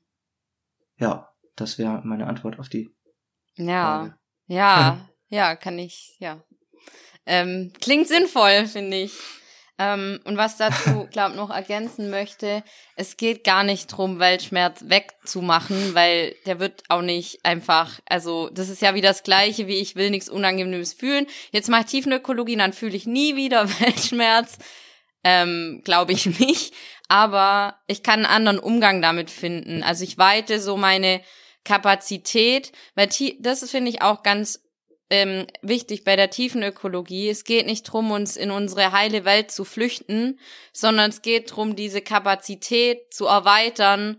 Speaker 1: Ja, das wäre meine Antwort auf die
Speaker 2: Ja,
Speaker 1: Frage.
Speaker 2: ja, ja, kann ich, ja. Ähm, klingt sinnvoll, finde ich. Ähm, und was dazu, glaube noch ergänzen möchte, es geht gar nicht drum, Weltschmerz wegzumachen, weil der wird auch nicht einfach, also das ist ja wie das Gleiche, wie ich will nichts Unangenehmes fühlen. Jetzt mache ich Tiefenökologie, dann fühle ich nie wieder Weltschmerz. Ähm, glaube ich nicht. Aber ich kann einen anderen Umgang damit finden. Also ich weite so meine Kapazität, weil das finde ich auch ganz ähm, wichtig bei der Tiefenökologie. Es geht nicht drum, uns in unsere heile Welt zu flüchten, sondern es geht drum, diese Kapazität zu erweitern,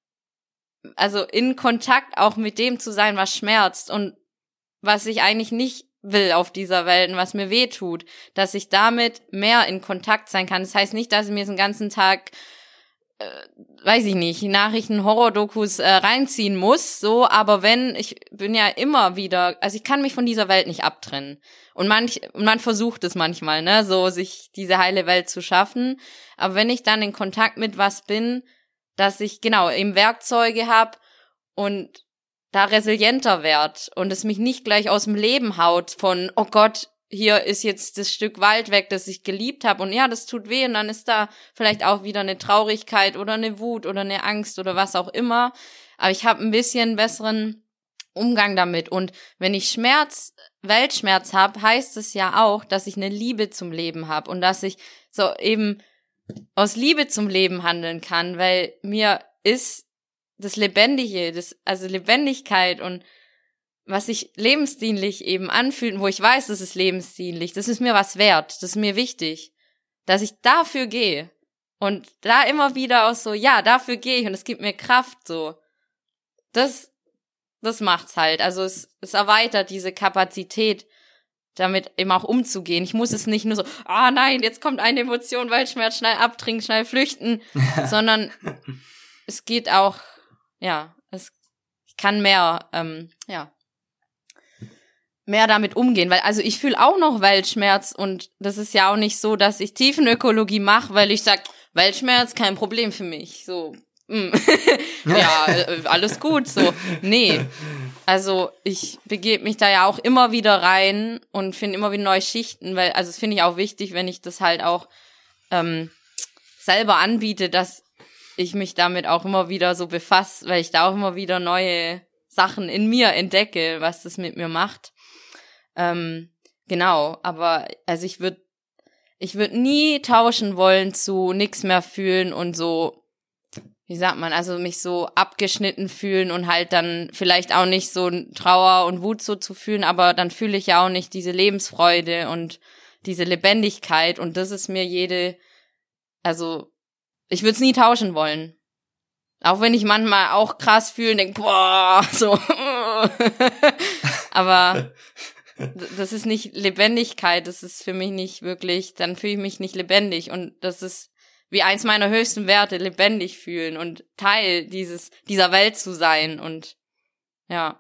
Speaker 2: also in Kontakt auch mit dem zu sein, was schmerzt und was ich eigentlich nicht will auf dieser Welt und was mir weh tut, dass ich damit mehr in Kontakt sein kann. Das heißt nicht, dass ich mir den ganzen Tag äh, weiß ich nicht, Nachrichten, Horror-Dokus äh, reinziehen muss, so, aber wenn, ich bin ja immer wieder, also ich kann mich von dieser Welt nicht abtrennen. Und manch, man versucht es manchmal, ne, so sich diese heile Welt zu schaffen. Aber wenn ich dann in Kontakt mit was bin, dass ich, genau, eben Werkzeuge habe und da resilienter werd und es mich nicht gleich aus dem Leben haut von, oh Gott, hier ist jetzt das Stück Wald weg, das ich geliebt habe und ja, das tut weh und dann ist da vielleicht auch wieder eine Traurigkeit oder eine Wut oder eine Angst oder was auch immer, aber ich habe ein bisschen besseren Umgang damit und wenn ich Schmerz, Weltschmerz habe, heißt es ja auch, dass ich eine Liebe zum Leben habe und dass ich so eben aus Liebe zum Leben handeln kann, weil mir ist das Lebendige, das also Lebendigkeit und was sich lebensdienlich eben anfühlt, wo ich weiß, das ist lebensdienlich, das ist mir was wert, das ist mir wichtig, dass ich dafür gehe und da immer wieder auch so, ja, dafür gehe ich und es gibt mir Kraft, so. Das, das macht's halt, also es, es erweitert diese Kapazität, damit eben auch umzugehen. Ich muss es nicht nur so, ah nein, jetzt kommt eine Emotion, Weltschmerz, schnell abtrinken, schnell flüchten, sondern es geht auch, ja, es ich kann mehr, ähm, ja, mehr damit umgehen, weil also ich fühle auch noch Weltschmerz und das ist ja auch nicht so, dass ich Tiefenökologie mache, weil ich sag, Weltschmerz kein Problem für mich. So, mm, ja, alles gut, so. Nee, also ich begebe mich da ja auch immer wieder rein und finde immer wieder neue Schichten, weil, also das finde ich auch wichtig, wenn ich das halt auch ähm, selber anbiete, dass ich mich damit auch immer wieder so befasse, weil ich da auch immer wieder neue Sachen in mir entdecke, was das mit mir macht. Ähm, genau, aber also ich würde ich würde nie tauschen wollen zu nix mehr fühlen und so, wie sagt man, also mich so abgeschnitten fühlen und halt dann vielleicht auch nicht so Trauer und Wut so zu fühlen, aber dann fühle ich ja auch nicht diese Lebensfreude und diese Lebendigkeit und das ist mir jede, also ich würde es nie tauschen wollen. Auch wenn ich manchmal auch krass fühle und denke, boah, so. Aber das ist nicht Lebendigkeit, das ist für mich nicht wirklich, dann fühle ich mich nicht lebendig. Und das ist wie eins meiner höchsten Werte, lebendig fühlen und Teil dieses dieser Welt zu sein. Und ja.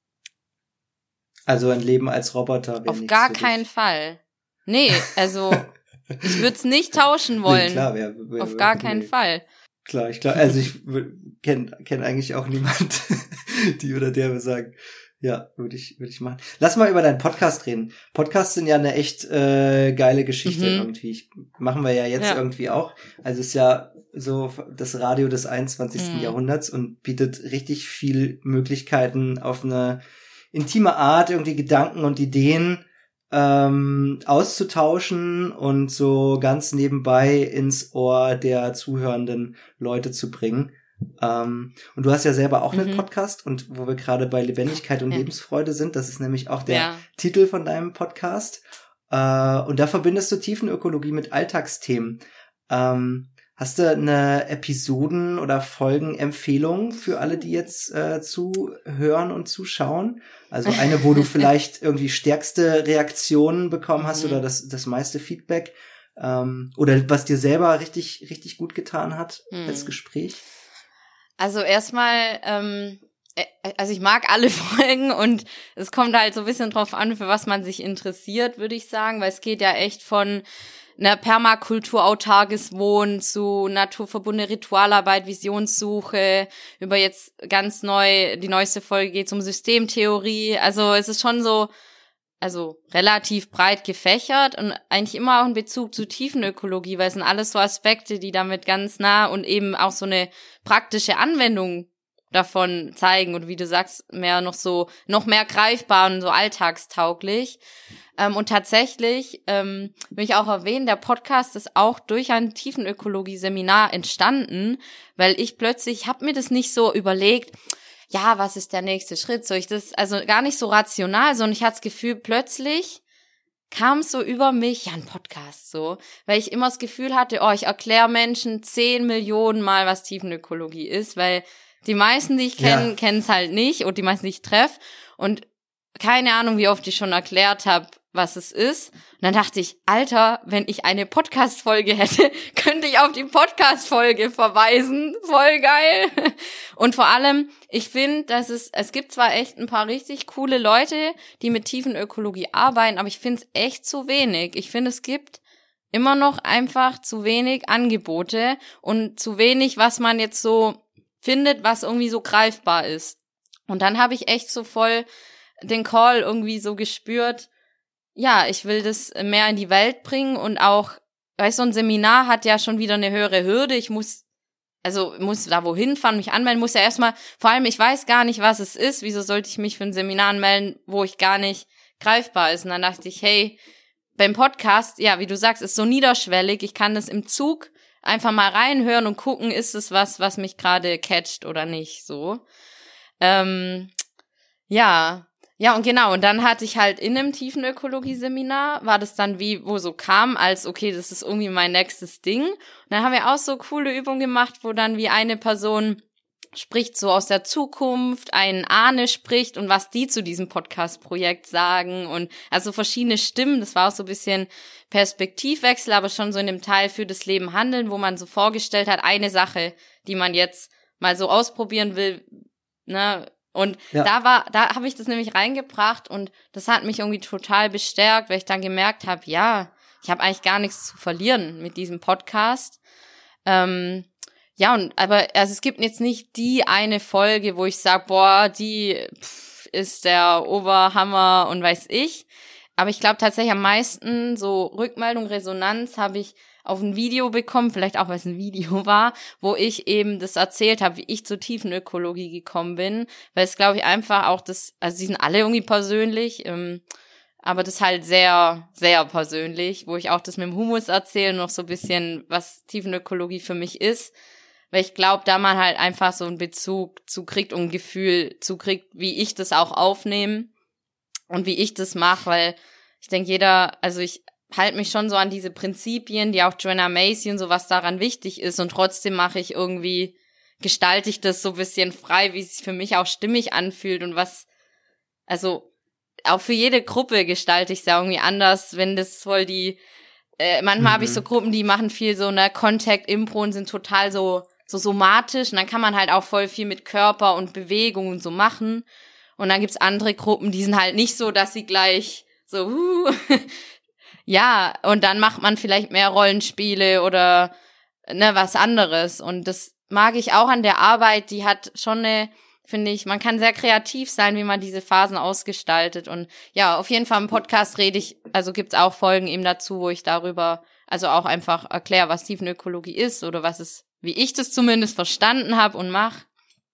Speaker 1: Also ein Leben als Roboter wäre
Speaker 2: Auf
Speaker 1: nichts
Speaker 2: gar
Speaker 1: für dich.
Speaker 2: keinen Fall. Nee, also ich würde es nicht tauschen wollen.
Speaker 1: Nee, klar, wär, wär,
Speaker 2: Auf
Speaker 1: wär,
Speaker 2: gar
Speaker 1: nee.
Speaker 2: keinen Fall.
Speaker 1: Klar, ich glaube, also ich kenne kenn eigentlich auch niemand, die oder der würde sagen, ja, würde ich würde ich machen. Lass mal über deinen Podcast reden. Podcasts sind ja eine echt äh, geile Geschichte
Speaker 2: Mhm.
Speaker 1: irgendwie. Ich, machen wir ja jetzt
Speaker 2: Ja.
Speaker 1: irgendwie auch. Also es ist ja so das Radio des einundzwanzigsten
Speaker 2: Mhm.
Speaker 1: Jahrhunderts und bietet richtig viel Möglichkeiten auf eine intime Art, irgendwie Gedanken und Ideen ähm, auszutauschen und so ganz nebenbei ins Ohr der zuhörenden Leute zu bringen. Ähm, und du hast ja selber auch einen
Speaker 2: Mhm.
Speaker 1: Podcast und wo wir gerade bei Lebendigkeit und
Speaker 2: Ja.
Speaker 1: Lebensfreude sind, das ist nämlich auch der
Speaker 2: Ja.
Speaker 1: Titel von deinem Podcast. Äh, und da verbindest du Tiefenökologie mit Alltagsthemen. Ähm, hast du eine Episoden- oder Folgenempfehlung für alle, die jetzt äh, zuhören und zuschauen? Also eine, wo du vielleicht irgendwie stärkste Reaktionen bekommen hast
Speaker 2: Mhm.
Speaker 1: oder das, das meiste Feedback ähm, oder was dir selber richtig, richtig gut getan hat
Speaker 2: Mhm.
Speaker 1: als Gespräch?
Speaker 2: Also erstmal, ähm, äh, also ich mag alle Folgen und es kommt halt so ein bisschen drauf an, für was man sich interessiert, würde ich sagen, weil es geht ja echt von einer Permakultur, autarkes Wohnen zu naturverbundene Ritualarbeit, Visionssuche, über jetzt ganz neu, die neueste Folge geht um Systemtheorie, also es ist schon so, also relativ breit gefächert und eigentlich immer auch in Bezug zu Tiefenökologie, weil es sind alles so Aspekte, die damit ganz nah und eben auch so eine praktische Anwendung davon zeigen und wie du sagst, mehr noch so, noch mehr greifbar und so alltagstauglich. Ähm, und tatsächlich ähm, will ich auch erwähnen, der Podcast ist auch durch ein Tiefenökologie-Seminar entstanden, weil ich plötzlich, ich habe mir das nicht so überlegt, ja, was ist der nächste Schritt? Soll ich das, also gar nicht so rational, sondern ich hatte das Gefühl, plötzlich kam es so über mich, ja, ein Podcast so, weil ich immer das Gefühl hatte, oh, ich erkläre Menschen zehn Millionen Mal, was Tiefenökologie ist, weil die meisten, die ich kenne,
Speaker 1: Ja.
Speaker 2: kennen es halt nicht und die meisten, die ich treffe und keine Ahnung, wie oft ich schon erklärt habe, was es ist. Und dann dachte ich, Alter, wenn ich eine Podcast-Folge hätte, könnte ich auf die Podcast-Folge verweisen. Voll geil. Und vor allem, ich finde, dass es, es gibt zwar echt ein paar richtig coole Leute, die mit Tiefenökologie arbeiten, aber ich finde es echt zu wenig. Ich finde, es gibt immer noch einfach zu wenig Angebote und zu wenig, was man jetzt so findet, was irgendwie so greifbar ist. Und dann habe ich echt so voll den Call irgendwie so gespürt, ja, ich will das mehr in die Welt bringen und auch, weißt du, so ein Seminar hat ja schon wieder eine höhere Hürde, ich muss, also muss da wohin fahren, mich anmelden, muss ja erstmal, vor allem ich weiß gar nicht, was es ist, wieso sollte ich mich für ein Seminar anmelden, wo ich gar nicht greifbar ist. Und dann dachte ich, hey, beim Podcast, ja, wie du sagst, ist so niederschwellig, ich kann das im Zug einfach mal reinhören und gucken, ist es was, was mich gerade catcht oder nicht, so. Ähm, ja, Ja, und genau, und dann hatte ich halt in einem Tiefenökologie-Seminar, war das dann wie, wo so kam, als, okay, das ist irgendwie mein nächstes Ding. Und dann haben wir auch so coole Übungen gemacht, wo dann wie eine Person spricht so aus der Zukunft, ein Ahne spricht und was die zu diesem Podcast-Projekt sagen und also verschiedene Stimmen, das war auch so ein bisschen Perspektivwechsel, aber schon so in dem Teil für das Leben handeln, wo man so vorgestellt hat, eine Sache, die man jetzt mal so ausprobieren will, ne, und ja. da war, da habe ich das nämlich reingebracht und das hat mich irgendwie total bestärkt, weil ich dann gemerkt habe, ja, ich habe eigentlich gar nichts zu verlieren mit diesem Podcast. Ähm, ja, und aber also es gibt jetzt nicht die eine Folge, wo ich sage, boah, die pff, ist der Oberhammer und weiß ich. Aber ich glaube tatsächlich am meisten so Rückmeldung, Resonanz habe ich auf ein Video bekommen, vielleicht auch, weil es ein Video war, wo ich eben das erzählt habe, wie ich zur Tiefenökologie gekommen bin, weil es, glaube ich, einfach auch das, also die sind alle irgendwie persönlich, ähm, aber das halt sehr, sehr persönlich, wo ich auch das mit dem Humus erzähle, noch so ein bisschen, was Tiefenökologie für mich ist, weil ich glaube, da man halt einfach so einen Bezug zu kriegt und ein Gefühl zu kriegt, wie ich das auch aufnehme und wie ich das mache, weil ich denke, jeder, also ich halte mich schon so an diese Prinzipien, die auch Joanna Macy und so, was daran wichtig ist, und trotzdem mache ich irgendwie, gestalte ich das so ein bisschen frei, wie es sich für mich auch stimmig anfühlt und was, also auch für jede Gruppe gestalte ich es ja irgendwie anders, wenn das voll die, äh, manchmal mhm. habe ich so Gruppen, die machen viel so, ne, Contact, Impro und sind total so, so somatisch, und dann kann man halt auch voll viel mit Körper und Bewegung und so machen, und dann gibt's andere Gruppen, die sind halt nicht so, dass sie gleich so, uh, ja, und dann macht man vielleicht mehr Rollenspiele oder ne, was anderes. Und das mag ich auch an der Arbeit. Die hat schon eine, finde ich, man kann sehr kreativ sein, wie man diese Phasen ausgestaltet. Und ja, auf jeden Fall im Podcast rede ich, also gibt's auch Folgen eben dazu, wo ich darüber, also auch einfach erkläre, was Tiefenökologie ist oder was es, wie ich das zumindest verstanden habe und mache.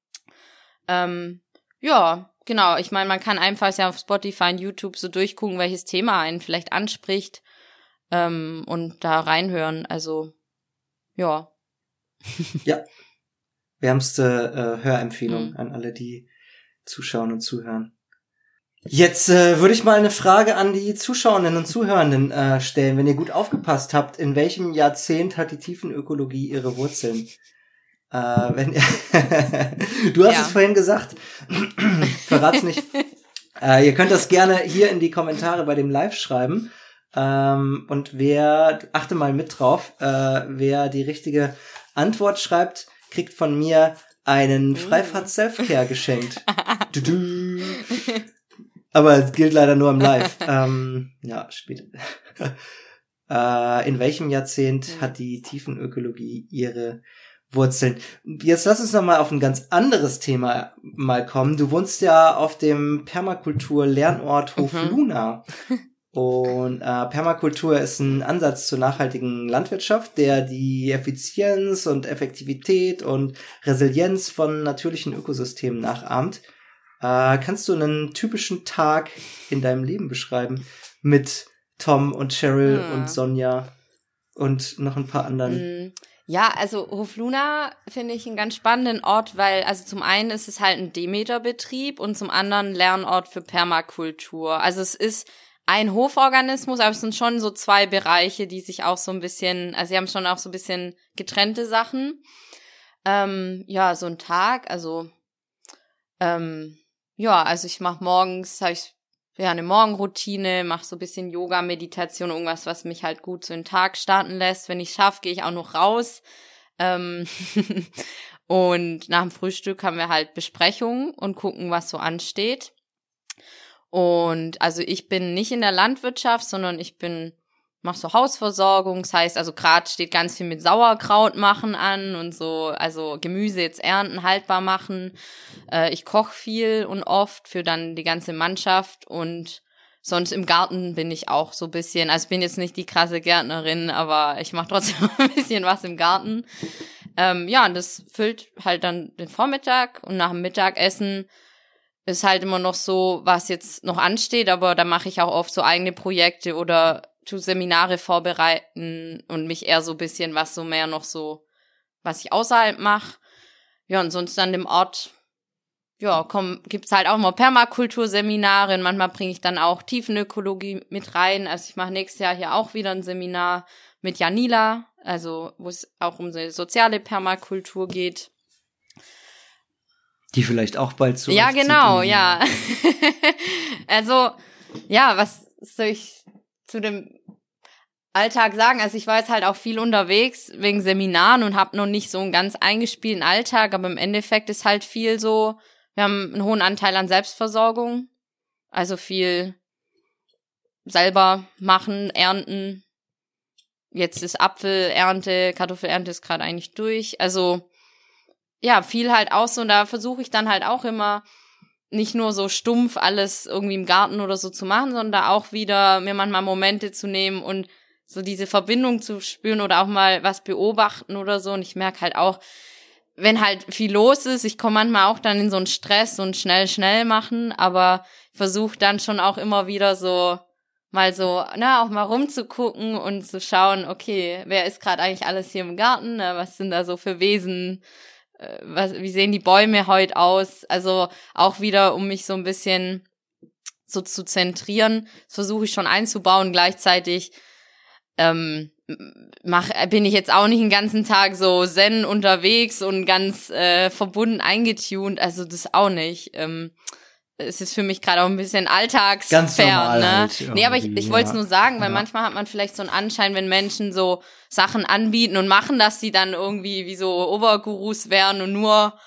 Speaker 2: Ähm, ja, genau. Ich meine, man kann einfach ja auf Spotify und YouTube so durchgucken, welches Thema einen vielleicht anspricht, ähm, und da reinhören. Also, ja.
Speaker 1: Ja. Wärmste äh, Hörempfehlung
Speaker 2: mhm.
Speaker 1: an alle, die zuschauen und zuhören. Jetzt äh, würde ich mal eine Frage an die Zuschauenden und Zuhörenden äh, stellen. Wenn ihr gut aufgepasst habt, in welchem Jahrzehnt hat die Tiefenökologie ihre Wurzeln? Äh, wenn du hast
Speaker 2: Ja.
Speaker 1: es vorhin gesagt, verrat's nicht. Äh, ihr könnt das gerne hier in die Kommentare bei dem Live schreiben. Ähm, und wer, achte mal mit drauf, äh, wer die richtige Antwort schreibt, kriegt von mir einen Freifahrt Selfcare geschenkt. Du -du. Aber es gilt leider nur im Live. ähm, ja, später. äh, in welchem Jahrzehnt mhm. hat die Tiefenökologie ihre Wurzeln? Jetzt lass uns noch mal auf ein ganz anderes Thema mal kommen. Du wohnst ja auf dem Permakultur-Lernort Hofluna. Mhm. Und äh, Permakultur ist ein Ansatz zur nachhaltigen Landwirtschaft, der die Effizienz und Effektivität und Resilienz von natürlichen Ökosystemen nachahmt. Äh, kannst du einen typischen Tag in deinem Leben beschreiben mit Tom und Cheryl hm. und Sonja und noch ein paar anderen?
Speaker 2: Ja, also Hofluna finde ich einen ganz spannenden Ort, weil also zum einen ist es halt ein Demeter-Betrieb und zum anderen Lernort für Permakultur. Also es ist ein Hoforganismus, aber es sind schon so zwei Bereiche, die sich auch so ein bisschen, also sie haben schon auch so ein bisschen getrennte Sachen. Ähm, ja, so ein Tag, also ähm, ja, also ich mache morgens, habe ich ja eine Morgenroutine, mache so ein bisschen Yoga, Meditation, irgendwas, was mich halt gut so in den Tag starten lässt. Wenn ich schaffe, gehe ich auch noch raus. Ähm und nach dem Frühstück haben wir halt Besprechungen und gucken, was so ansteht. Und also ich bin nicht in der Landwirtschaft, sondern ich bin mache so Hausversorgung, das heißt, also gerade steht ganz viel mit Sauerkraut machen an und so, also Gemüse jetzt ernten, haltbar machen. Äh, ich koche viel und oft für dann die ganze Mannschaft, und sonst im Garten bin ich auch so ein bisschen, also ich bin jetzt nicht die krasse Gärtnerin, aber ich mache trotzdem ein bisschen was im Garten. Ähm, ja, und das füllt halt dann den Vormittag, und nach dem Mittagessen ist halt immer noch so, was jetzt noch ansteht, aber da mache ich auch oft so eigene Projekte oder tu Seminare vorbereiten und mich eher so ein bisschen was so mehr noch so, was ich außerhalb mache. Ja, und sonst an dem Ort, ja, komm, gibt's halt auch mal Permakulturseminare, und manchmal bringe ich dann auch Tiefenökologie mit rein. Also ich mache nächstes Jahr hier auch wieder ein Seminar mit Janila, also wo es auch um eine soziale Permakultur geht.
Speaker 1: Die vielleicht auch bald so.
Speaker 2: Ja, genau, ja. Also, ja, was soll ich zu dem Alltag sagen? Also ich war jetzt halt auch viel unterwegs wegen Seminaren und habe noch nicht so einen ganz eingespielten Alltag, aber im Endeffekt ist halt viel so, wir haben einen hohen Anteil an Selbstversorgung, also viel selber machen, ernten, jetzt ist Apfelernte, Kartoffelernte ist gerade eigentlich durch. Also ja, viel halt auch so. Und da versuche ich dann halt auch immer nicht nur so stumpf alles irgendwie im Garten oder so zu machen, sondern da auch wieder mir manchmal Momente zu nehmen und so diese Verbindung zu spüren oder auch mal was beobachten oder so. Und ich merke halt auch, wenn halt viel los ist, ich komme manchmal auch dann in so einen Stress und schnell, schnell machen, aber versuche dann schon auch immer wieder so mal so, na, auch mal rumzugucken und zu schauen, okay, wer ist gerade eigentlich alles hier im Garten, ne? Was sind da so für Wesen, äh, was, wie sehen die Bäume heute aus, also auch wieder, um mich so ein bisschen so zu zentrieren, das versuche ich schon einzubauen, gleichzeitig ähm, mach, bin ich jetzt auch nicht den ganzen Tag so zen unterwegs und ganz äh, verbunden eingetunt, also das auch nicht, ähm, es ist für mich gerade auch ein bisschen alltagsfern,
Speaker 1: ganz normal
Speaker 2: ne?
Speaker 1: Halt
Speaker 2: nee, aber ich, ich wollte es
Speaker 1: ja.
Speaker 2: nur sagen, weil
Speaker 1: ja.
Speaker 2: manchmal hat man vielleicht so einen Anschein, wenn Menschen so Sachen anbieten und machen, dass sie dann irgendwie wie so Obergurus wären und nur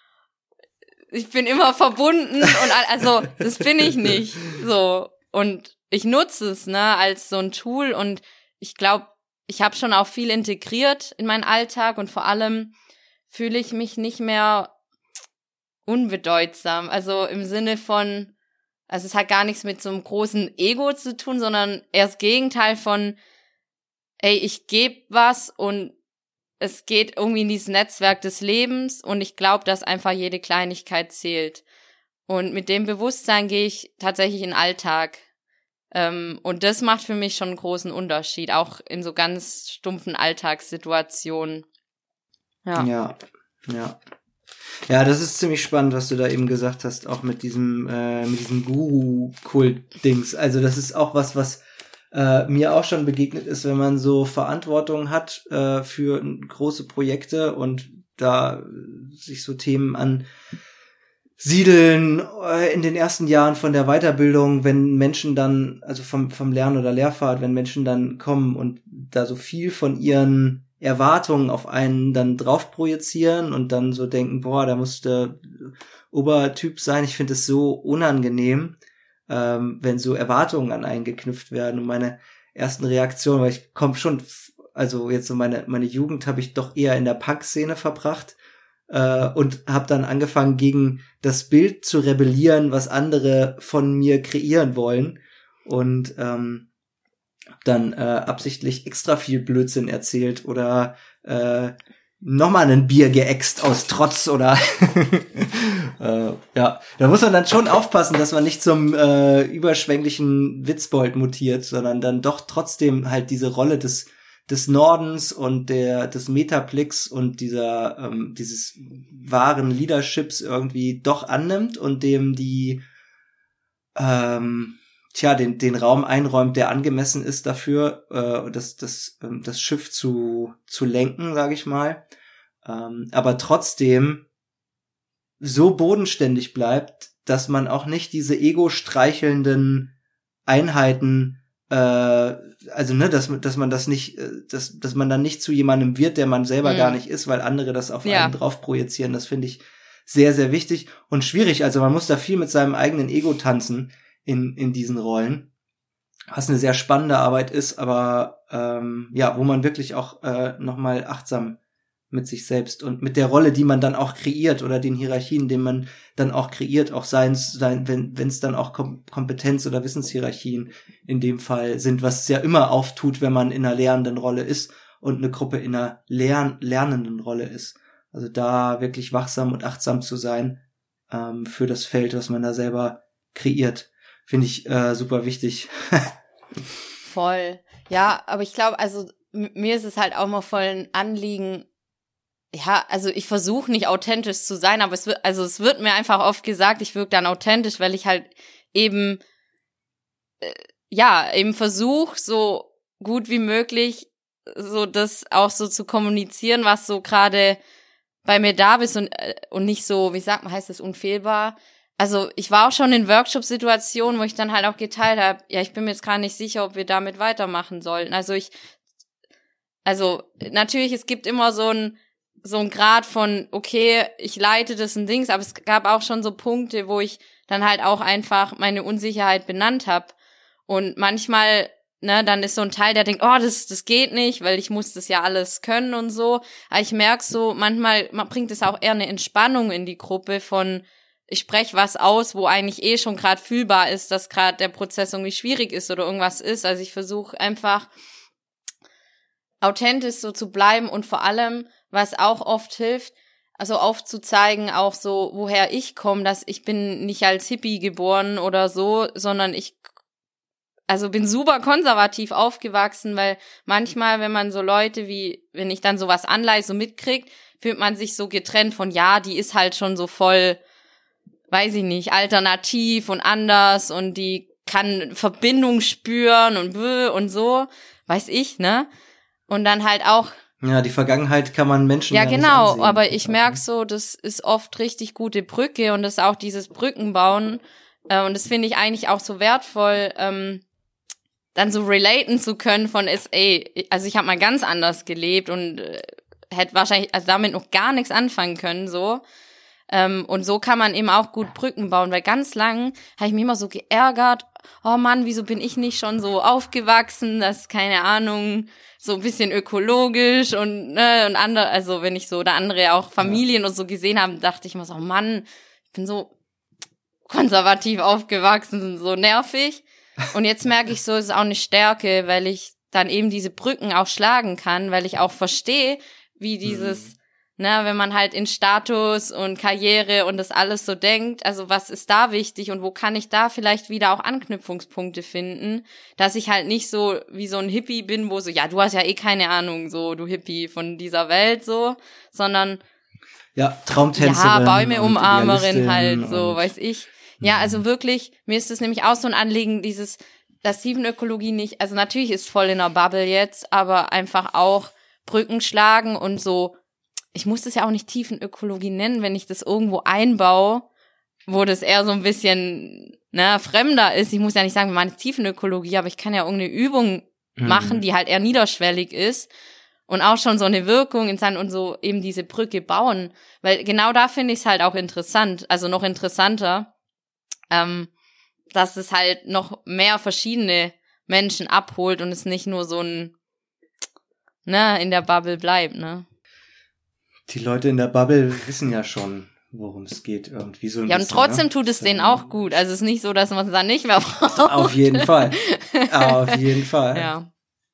Speaker 2: ich bin immer verbunden und also das bin ich nicht so und ich nutze es, ne, als so ein Tool und ich glaube, ich habe schon auch viel integriert in meinen Alltag und vor allem fühle ich mich nicht mehr unbedeutsam, also im Sinne von, also es hat gar nichts mit so einem großen Ego zu tun, sondern eher das Gegenteil von, ey, ich gebe was und es geht irgendwie in dieses Netzwerk des Lebens und ich glaube, dass einfach jede Kleinigkeit zählt. Und mit dem Bewusstsein gehe ich tatsächlich in den Alltag. Ähm, und das macht für mich schon einen großen Unterschied, auch in so ganz stumpfen Alltagssituationen. Ja.
Speaker 1: Ja, ja. Ja, das ist ziemlich spannend, was du da eben gesagt hast, auch mit diesem, äh, mit diesem Guru-Kult-Dings. Also das ist auch was, was äh, mir auch schon begegnet ist, wenn man so Verantwortung hat äh, für große Projekte und da sich so Themen ansiedeln äh, in den ersten Jahren von der Weiterbildung, wenn Menschen dann, also vom, vom Lernen oder Lehrpfad, wenn Menschen dann kommen und da so viel von ihren Erwartungen auf einen dann drauf projizieren und dann so denken, boah, da muss der Obertyp sein. Ich finde es so unangenehm, ähm, wenn so Erwartungen an einen geknüpft werden. Und meine ersten Reaktionen, weil ich komme schon, also jetzt so meine meine Jugend habe ich doch eher in der Punk-Szene verbracht äh, und habe dann angefangen, gegen das Bild zu rebellieren, was andere von mir kreieren wollen. Und ähm, dann äh, absichtlich extra viel Blödsinn erzählt oder äh, nochmal ein Bier geäxt aus Trotz oder äh, ja, da muss man dann schon aufpassen, dass man nicht zum äh, überschwänglichen Witzbold mutiert, sondern dann doch trotzdem halt diese Rolle des des Nordens und der des Metaplex und dieser ähm, dieses wahren Leaderships irgendwie doch annimmt und dem die ähm, tja, den, den Raum einräumt, der angemessen ist dafür, äh, das, das, ähm, das Schiff zu, zu lenken, sage ich mal. Ähm, aber trotzdem so bodenständig bleibt, dass man auch nicht diese ego-streichelnden Einheiten, äh, also ne, dass, dass man das nicht, äh, dass, dass man dann nicht zu jemandem wird, der man selber mhm. gar nicht ist, weil andere das auf
Speaker 2: ja.
Speaker 1: einen drauf projizieren. Das finde ich sehr, sehr wichtig und schwierig. Also man muss da viel mit seinem eigenen Ego tanzen in in diesen Rollen, was eine sehr spannende Arbeit ist, aber ähm, ja, wo man wirklich auch äh, nochmal achtsam mit sich selbst und mit der Rolle, die man dann auch kreiert oder den Hierarchien, den man dann auch kreiert, auch sein, sein wenn wenn es dann auch Kom- Kompetenz- oder Wissenshierarchien in dem Fall sind, was es ja immer auftut, wenn man in einer lehrenden Rolle ist und eine Gruppe in einer lern- lernenden Rolle ist. Also da wirklich wachsam und achtsam zu sein ähm, für das Feld, was man da selber kreiert. Finde ich äh, super wichtig.
Speaker 2: Voll. Ja, aber ich glaube, also m- mir ist es halt auch mal voll ein Anliegen, ja, also ich versuche nicht authentisch zu sein, aber es wird, also es wird mir einfach oft gesagt, ich wirke dann authentisch, weil ich halt eben, äh, ja, eben versuche, so gut wie möglich so das auch so zu kommunizieren, was so gerade bei mir da bist und, äh, und nicht so, wie sagt man, heißt das, unfehlbar. Also ich war auch schon in Workshop-Situationen, wo ich dann halt auch geteilt habe, ja, ich bin mir jetzt gar nicht sicher, ob wir damit weitermachen sollten. Also ich, also natürlich, es gibt immer so ein so ein Grad von, okay, ich leite das ein Dings, aber es gab auch schon so Punkte, wo ich dann halt auch einfach meine Unsicherheit benannt habe. Und manchmal ne, dann ist so ein Teil, der denkt, oh, das das geht nicht, weil ich muss das ja alles können und so. Aber ich merke so, manchmal man bringt es auch eher eine Entspannung in die Gruppe von, ich spreche was aus, wo eigentlich eh schon gerade fühlbar ist, dass gerade der Prozess irgendwie schwierig ist oder irgendwas ist. Also ich versuche einfach authentisch so zu bleiben und vor allem, was auch oft hilft, also aufzuzeigen auch so, woher ich komme, dass ich bin nicht als Hippie geboren oder so, sondern ich also bin super konservativ aufgewachsen, weil manchmal, wenn man so Leute wie, wenn ich dann sowas anleihe, so mitkriegt, fühlt man sich so getrennt von, ja, die ist halt schon so voll, weiß ich nicht, alternativ und anders und die kann Verbindung spüren und bäh und so, weiß ich, ne? Und dann halt auch
Speaker 1: ja, die Vergangenheit kann man Menschen
Speaker 2: ja,
Speaker 1: ja
Speaker 2: genau,
Speaker 1: nicht ansehen.
Speaker 2: aber ich merke so, das ist oft richtig gute Brücke und das ist auch dieses Brückenbauen äh, und das finde ich eigentlich auch so wertvoll, ähm, dann so relaten zu können von S A. Also ich habe mal ganz anders gelebt und äh, hätte wahrscheinlich also damit noch gar nichts anfangen können, so. Ähm, und so kann man eben auch gut Brücken bauen, weil ganz lang habe ich mich immer so geärgert, oh Mann, wieso bin ich nicht schon so aufgewachsen, das keine Ahnung, so ein bisschen ökologisch und ne, und andere, also wenn ich so oder andere auch Familien ja. und so gesehen haben, dachte ich immer so, oh Mann, ich bin so konservativ aufgewachsen, so nervig. Und jetzt merke ich so, es ist auch eine Stärke, weil ich dann eben diese Brücken auch schlagen kann, weil ich auch verstehe, wie dieses, mhm. ne, wenn man halt in Status und Karriere und das alles so denkt, also was ist da wichtig und wo kann ich da vielleicht wieder auch Anknüpfungspunkte finden, dass ich halt nicht so wie so ein Hippie bin, wo so, ja, du hast ja eh keine Ahnung, so, du Hippie von dieser Welt, so, sondern
Speaker 1: ja, Traumtänzerin.
Speaker 2: Ja, Bäume umarmerin halt, so, weiß ich. Ja, also wirklich, mir ist es nämlich auch so ein Anliegen, dieses, dass Tiefenökologie nicht, also natürlich ist voll in der Bubble jetzt, aber einfach auch Brücken schlagen und so, ich muss das ja auch nicht Tiefenökologie nennen, wenn ich das irgendwo einbaue, wo das eher so ein bisschen, ne, fremder ist. Ich muss ja nicht sagen, wir machen Tiefenökologie, aber ich kann ja irgendeine Übung mhm. machen, die halt eher niederschwellig ist und auch schon so eine Wirkung in sein und so eben diese Brücke bauen, weil genau da finde ich es halt auch interessant, also noch interessanter, Ähm, dass es halt noch mehr verschiedene Menschen abholt und es nicht nur so ein, ne, in der Bubble bleibt, ne.
Speaker 1: Die Leute in der Bubble wissen ja schon, worum es geht irgendwie so ein
Speaker 2: Ja, und
Speaker 1: bisschen,
Speaker 2: trotzdem
Speaker 1: ne?
Speaker 2: tut es
Speaker 1: so,
Speaker 2: denen auch gut. Also es ist nicht so, dass man es dann nicht mehr braucht.
Speaker 1: Auf jeden Fall. Auf jeden Fall.
Speaker 2: Ja.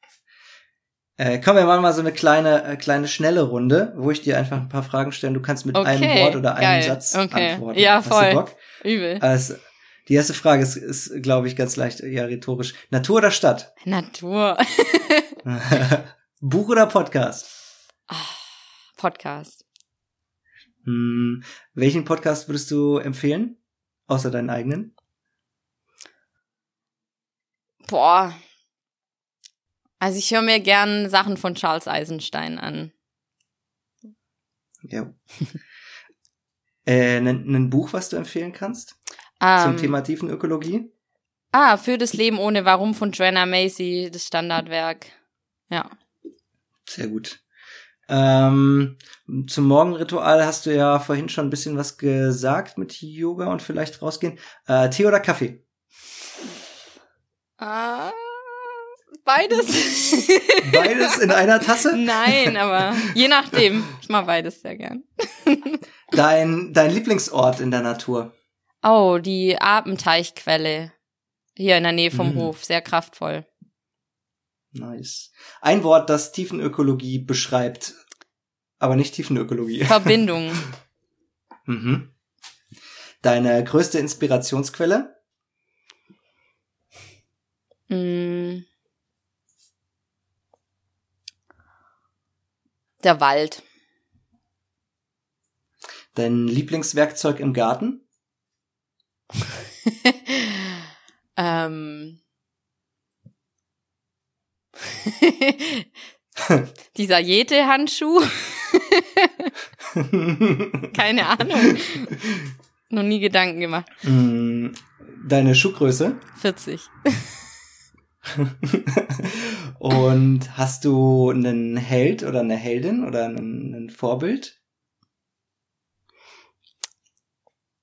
Speaker 1: Äh, komm, wir machen mal so eine kleine, äh, kleine schnelle Runde, wo ich dir einfach ein paar Fragen stelle. Du kannst mit okay, einem Wort oder geil. einem Satz
Speaker 2: okay.
Speaker 1: antworten.
Speaker 2: Ja, voll.
Speaker 1: Hast du Bock?
Speaker 2: Übel.
Speaker 1: Also, die erste Frage ist, ist glaube ich, ganz leicht, ja, rhetorisch. Natur oder Stadt?
Speaker 2: Natur.
Speaker 1: Buch oder Podcast?
Speaker 2: Oh, Podcast.
Speaker 1: Hm, welchen Podcast würdest du empfehlen? Außer deinen eigenen?
Speaker 2: Boah. Also ich höre mir gern Sachen von Charles Eisenstein an.
Speaker 1: Ja. äh, ein Buch, was du empfehlen kannst?
Speaker 2: Um,
Speaker 1: Zum Thema Tiefenökologie?
Speaker 2: Ah, Für das Leben ohne Warum von Joanna Macy, das Standardwerk. Ja.
Speaker 1: Sehr gut. Ähm, zum Morgenritual hast du ja vorhin schon ein bisschen was gesagt mit Yoga und vielleicht rausgehen. Äh, Tee oder Kaffee?
Speaker 2: Ah, beides.
Speaker 1: Beides in einer Tasse?
Speaker 2: Nein, aber je nachdem. Ich mag beides sehr gern.
Speaker 1: Dein, dein Lieblingsort in der Natur?
Speaker 2: Oh, die Apenteichquelle. Hier in der Nähe vom
Speaker 1: mhm.
Speaker 2: Hof. Sehr kraftvoll.
Speaker 1: Nice. Ein Wort, das Tiefenökologie beschreibt, aber nicht Tiefenökologie.
Speaker 2: Verbindung.
Speaker 1: mhm. Deine größte Inspirationsquelle?
Speaker 2: Mm. Der Wald.
Speaker 1: Dein Lieblingswerkzeug im Garten?
Speaker 2: ähm. Dieser Jete-Handschuh. Keine Ahnung. Noch nie Gedanken gemacht.
Speaker 1: Deine Schuhgröße?
Speaker 2: vierzig.
Speaker 1: Und hast du einen Held oder eine Heldin oder ein, ein Vorbild?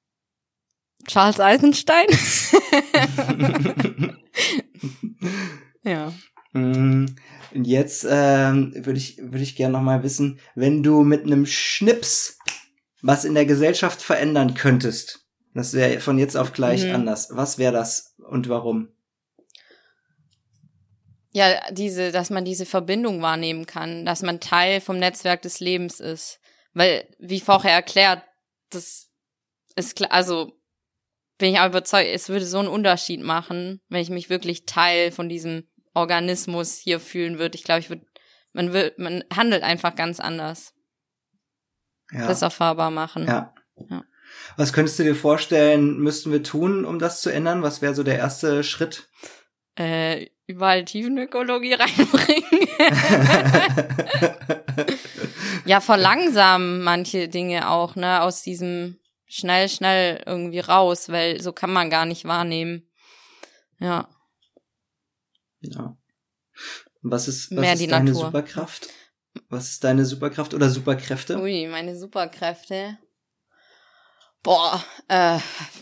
Speaker 2: Charles Eisenstein? Ja.
Speaker 1: Und jetzt ähm, würde ich, würde ich gerne noch mal wissen, wenn du mit einem Schnips was in der Gesellschaft verändern könntest, das wäre von jetzt auf gleich
Speaker 2: Mhm.
Speaker 1: anders. Was wäre das und warum?
Speaker 2: Ja, diese, dass man diese Verbindung wahrnehmen kann, dass man Teil vom Netzwerk des Lebens ist. Weil, wie vorher erklärt, das ist klar, also bin ich auch überzeugt, es würde so einen Unterschied machen, wenn ich mich wirklich Teil von diesem Organismus hier fühlen würde. Ich glaube, ich würde, man wird, man handelt einfach ganz anders.
Speaker 1: Ja.
Speaker 2: Das erfahrbar machen.
Speaker 1: Ja.
Speaker 2: Ja.
Speaker 1: Was könntest du dir vorstellen, müssten wir tun, um das zu ändern? Was wäre so der erste Schritt?
Speaker 2: Äh, überall Tiefenökologie reinbringen. Ja, verlangsamen manche Dinge auch, ne, aus diesem schnell, schnell irgendwie raus, weil so kann man gar nicht wahrnehmen. Ja.
Speaker 1: Ja. Was ist, was
Speaker 2: Mehr
Speaker 1: ist
Speaker 2: die
Speaker 1: deine
Speaker 2: Natur.
Speaker 1: Superkraft? Was ist deine Superkraft oder Superkräfte?
Speaker 2: Ui, meine Superkräfte. Boah, äh.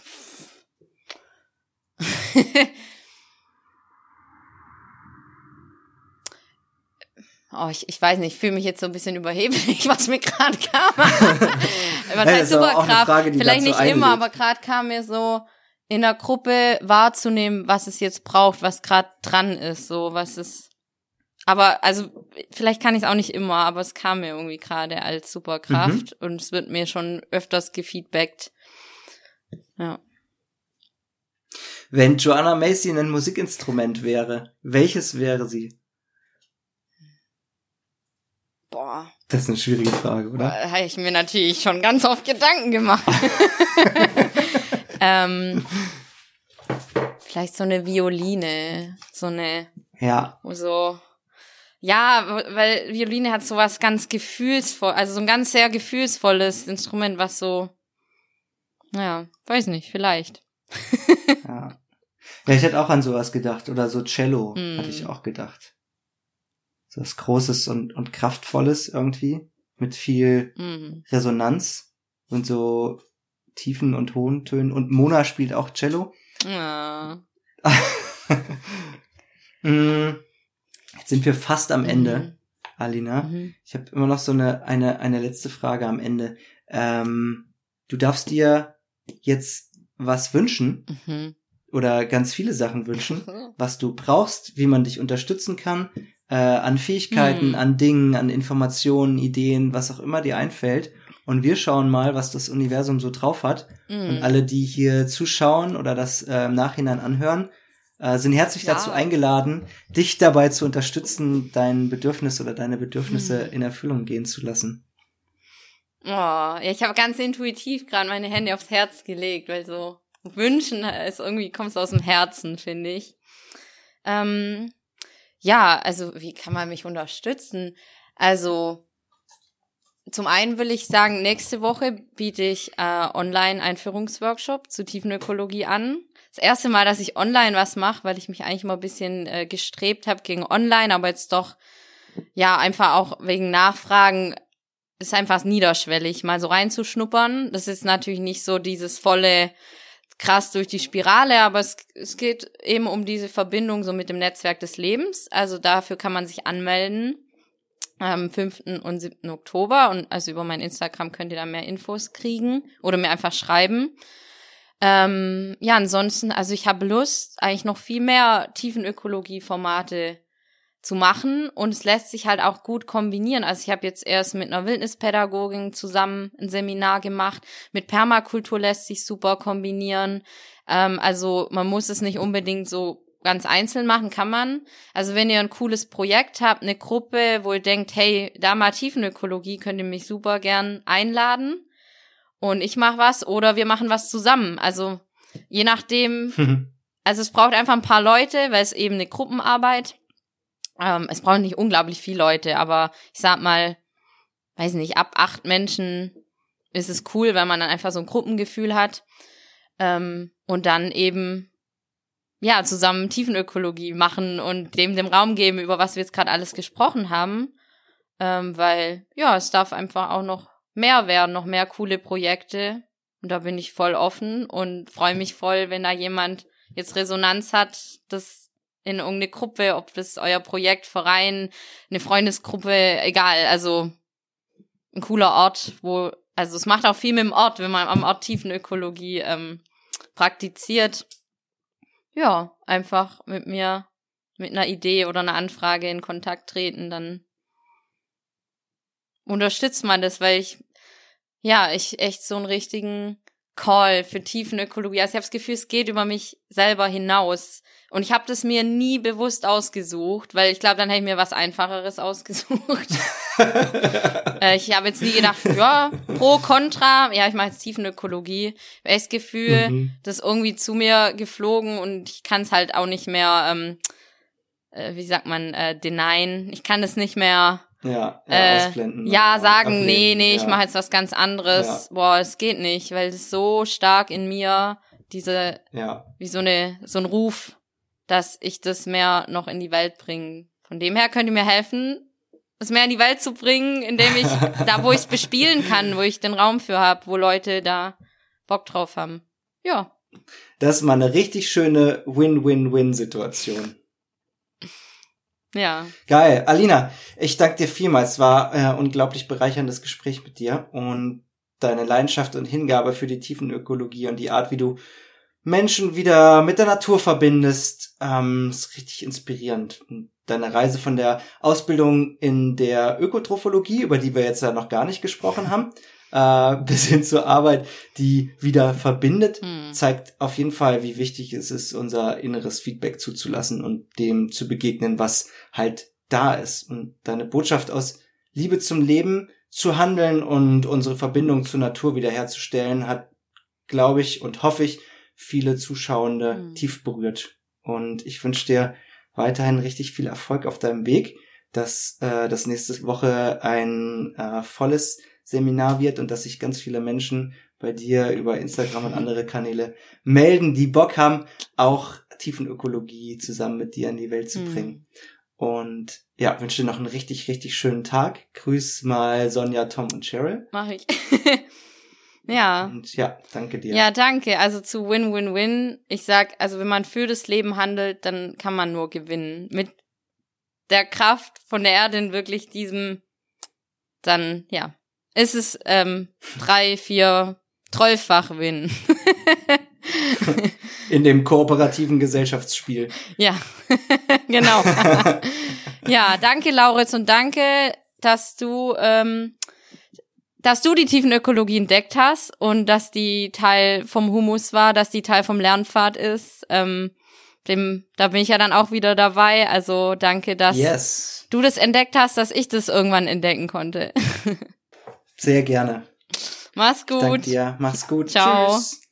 Speaker 2: Oh, ich, ich weiß nicht, ich fühle mich jetzt so ein bisschen überheblich, was mir gerade kam. Was heißt Superkraft?
Speaker 1: Frage,
Speaker 2: vielleicht nicht
Speaker 1: einlädt.
Speaker 2: immer, aber gerade kam mir so in der Gruppe wahrzunehmen, was es jetzt braucht, was gerade dran ist, so was es. Aber also vielleicht kann ich es auch nicht immer, aber es kam mir irgendwie gerade als Superkraft mhm. und es wird mir schon öfters gefeedbackt. Ja.
Speaker 1: Wenn Joanna Macy ein Musikinstrument wäre, welches wäre sie?
Speaker 2: Boah.
Speaker 1: Das ist eine schwierige Frage, oder?
Speaker 2: Da habe ich mir natürlich schon ganz oft Gedanken gemacht. ähm, vielleicht so eine Violine, so eine,
Speaker 1: ja,
Speaker 2: so, ja, weil Violine hat so was ganz gefühlsvoll, also so ein ganz sehr gefühlsvolles Instrument, was so, ja, weiß nicht, vielleicht.
Speaker 1: ja. Ja, ich hätte auch an sowas gedacht, oder so Cello,
Speaker 2: mm.
Speaker 1: hatte ich auch gedacht. So was Großes und, und Kraftvolles irgendwie, mit viel
Speaker 2: mm.
Speaker 1: Resonanz und so tiefen und hohen Tönen. Und Mona spielt auch Cello.
Speaker 2: Ja.
Speaker 1: Jetzt sind wir fast am Ende,
Speaker 2: mhm.
Speaker 1: Alina.
Speaker 2: Mhm.
Speaker 1: Ich habe immer noch so eine, eine, eine letzte Frage am Ende. Ähm, du darfst dir jetzt was wünschen
Speaker 2: mhm.
Speaker 1: oder ganz viele Sachen wünschen, was du brauchst, wie man dich unterstützen kann, äh, an Fähigkeiten,
Speaker 2: mhm.
Speaker 1: an Dingen, an Informationen, Ideen, was auch immer dir einfällt. Und wir schauen mal, was das Universum so drauf hat. Mhm. Und alle, die hier zuschauen oder das äh, im Nachhinein anhören, äh, sind herzlich ja. dazu eingeladen, dich dabei zu unterstützen, dein Bedürfnis oder deine Bedürfnisse mhm. in Erfüllung gehen zu lassen.
Speaker 2: Oh, ja, ich habe ganz intuitiv gerade meine Hände aufs Herz gelegt, weil so wünschen ist irgendwie, kommt es aus dem Herzen, finde ich. Ähm, ja, also wie kann man mich unterstützen? Also zum einen will ich sagen, nächste Woche biete ich äh, Online-Einführungsworkshop zu Tiefenökologie an. Das erste Mal, dass ich online was mache, weil ich mich eigentlich immer ein bisschen äh, gestrebt habe gegen online, aber jetzt doch, ja, einfach auch wegen Nachfragen ist einfach niederschwellig, mal so reinzuschnuppern. Das ist natürlich nicht so dieses volle krass durch die Spirale, aber es, es geht eben um diese Verbindung so mit dem Netzwerk des Lebens. Also dafür kann man sich anmelden am fünften und siebten Oktober und also über mein Instagram könnt ihr da mehr Infos kriegen oder mir einfach schreiben. Ähm, ja, ansonsten, also ich habe Lust, eigentlich noch viel mehr Tiefenökologie-Formate zu machen und es lässt sich halt auch gut kombinieren. Also ich habe jetzt erst mit einer Wildnispädagogin zusammen ein Seminar gemacht, mit Permakultur lässt sich super kombinieren. Ähm, also man muss es nicht unbedingt so ganz einzeln machen, kann man. Also wenn ihr ein cooles Projekt habt, eine Gruppe, wo ihr denkt, hey, da mal Tiefenökologie, könnt ihr mich super gern einladen und ich mache was oder wir machen was zusammen. Also je nachdem, also es braucht einfach ein paar Leute, weil es eben eine Gruppenarbeit. Ähm, es brauchen nicht unglaublich viele Leute, aber ich sag mal, weiß nicht, ab acht Menschen ist es cool, weil man dann einfach so ein Gruppengefühl hat ähm, und dann eben ja zusammen Tiefenökologie machen und dem dem Raum geben, über was wir jetzt gerade alles gesprochen haben, ähm, weil ja, es darf einfach auch noch mehr werden, noch mehr coole Projekte und da bin ich voll offen und freue mich voll, wenn da jemand jetzt Resonanz hat, das in irgendeine Gruppe, ob das euer Projekt, Verein, eine Freundesgruppe, egal, also ein cooler Ort, wo, also es macht auch viel mit dem Ort, wenn man am Ort Tiefenökologie ähm, praktiziert. Ja, einfach mit mir, mit einer Idee oder einer Anfrage in Kontakt treten, dann unterstützt man das, weil ich, ja, ich echt so einen richtigen Call für Tiefenökologie, also ich habe das Gefühl, es geht über mich selber hinaus. Und ich habe das mir nie bewusst ausgesucht, weil ich glaube, dann hätte ich mir was Einfacheres ausgesucht. äh, ich habe jetzt nie gedacht, ja, pro, contra, ja, ich mache jetzt Tiefenökologie. Ich habe echt das Gefühl, mhm. das ist irgendwie zu mir geflogen und ich kann es halt auch nicht mehr, ähm, äh, wie sagt man, äh, denyen. Ich kann es nicht mehr
Speaker 1: ja, ja,
Speaker 2: äh,
Speaker 1: ausblenden.
Speaker 2: Ja, sagen, ablehnen. nee, nee,
Speaker 1: ja.
Speaker 2: ich mache jetzt was ganz anderes. Ja. Boah, es geht nicht, weil das so stark in mir, diese, ja. wie so eine, so ein Ruf, dass ich das mehr noch in die Welt bringe. Von dem her könnt ihr mir helfen, das mehr in die Welt zu bringen, indem ich, da wo ich es bespielen kann, wo ich den Raum für habe, wo Leute da Bock drauf haben. Ja.
Speaker 1: Das ist mal eine richtig schöne Win-Win-Win-Situation.
Speaker 2: Ja.
Speaker 1: Geil. Alina, ich danke dir vielmals. Es war äh, unglaublich bereicherndes Gespräch mit dir und deine Leidenschaft und Hingabe für die Tiefenökologie und die Art, wie du Menschen wieder mit der Natur verbindest, ähm, ist richtig inspirierend. Und deine Reise von der Ausbildung in der Ökotrophologie, über die wir jetzt ja noch gar nicht gesprochen haben, äh, bis hin zur Arbeit, die wieder verbindet, hm. zeigt auf jeden Fall, wie wichtig es ist, unser inneres Feedback zuzulassen und dem zu begegnen, was halt da ist. Und deine Botschaft aus Liebe zum Leben zu handeln und unsere Verbindung zur Natur wiederherzustellen, hat, glaube ich und hoffe ich, viele Zuschauende hm. tief berührt. Und ich wünsche dir weiterhin richtig viel Erfolg auf deinem Weg, dass äh, das nächste Woche ein äh, volles Seminar wird und dass sich ganz viele Menschen bei dir über Instagram und andere Kanäle melden, die Bock haben, auch Tiefenökologie zusammen mit dir in die Welt zu bringen. Mhm. Und ja, wünsche dir noch einen richtig, richtig schönen Tag. Grüß mal Sonja, Tom und Cheryl.
Speaker 2: Mach ich. Ja.
Speaker 1: Und ja, danke dir.
Speaker 2: Ja, danke. Also zu Win-Win-Win. Ich sag, also wenn man für das Leben handelt, dann kann man nur gewinnen. Mit der Kraft von der Erde in wirklich diesem, dann, ja. Es ist ähm, drei, vier, zwölffach Win.
Speaker 1: In dem kooperativen Gesellschaftsspiel.
Speaker 2: Ja, genau. Ja, danke Lauritz und danke, dass du, ähm, dass du die Tiefenökologie entdeckt hast und dass die Teil vom Humus war, dass die Teil vom Lernpfad ist. Ähm, dem, da bin ich ja dann auch wieder dabei. Also danke, dass
Speaker 1: yes.
Speaker 2: du das entdeckt hast, dass ich das irgendwann entdecken konnte.
Speaker 1: Sehr gerne.
Speaker 2: Mach's gut.
Speaker 1: Danke dir. Mach's gut.
Speaker 2: Ciao.
Speaker 1: Tschüss.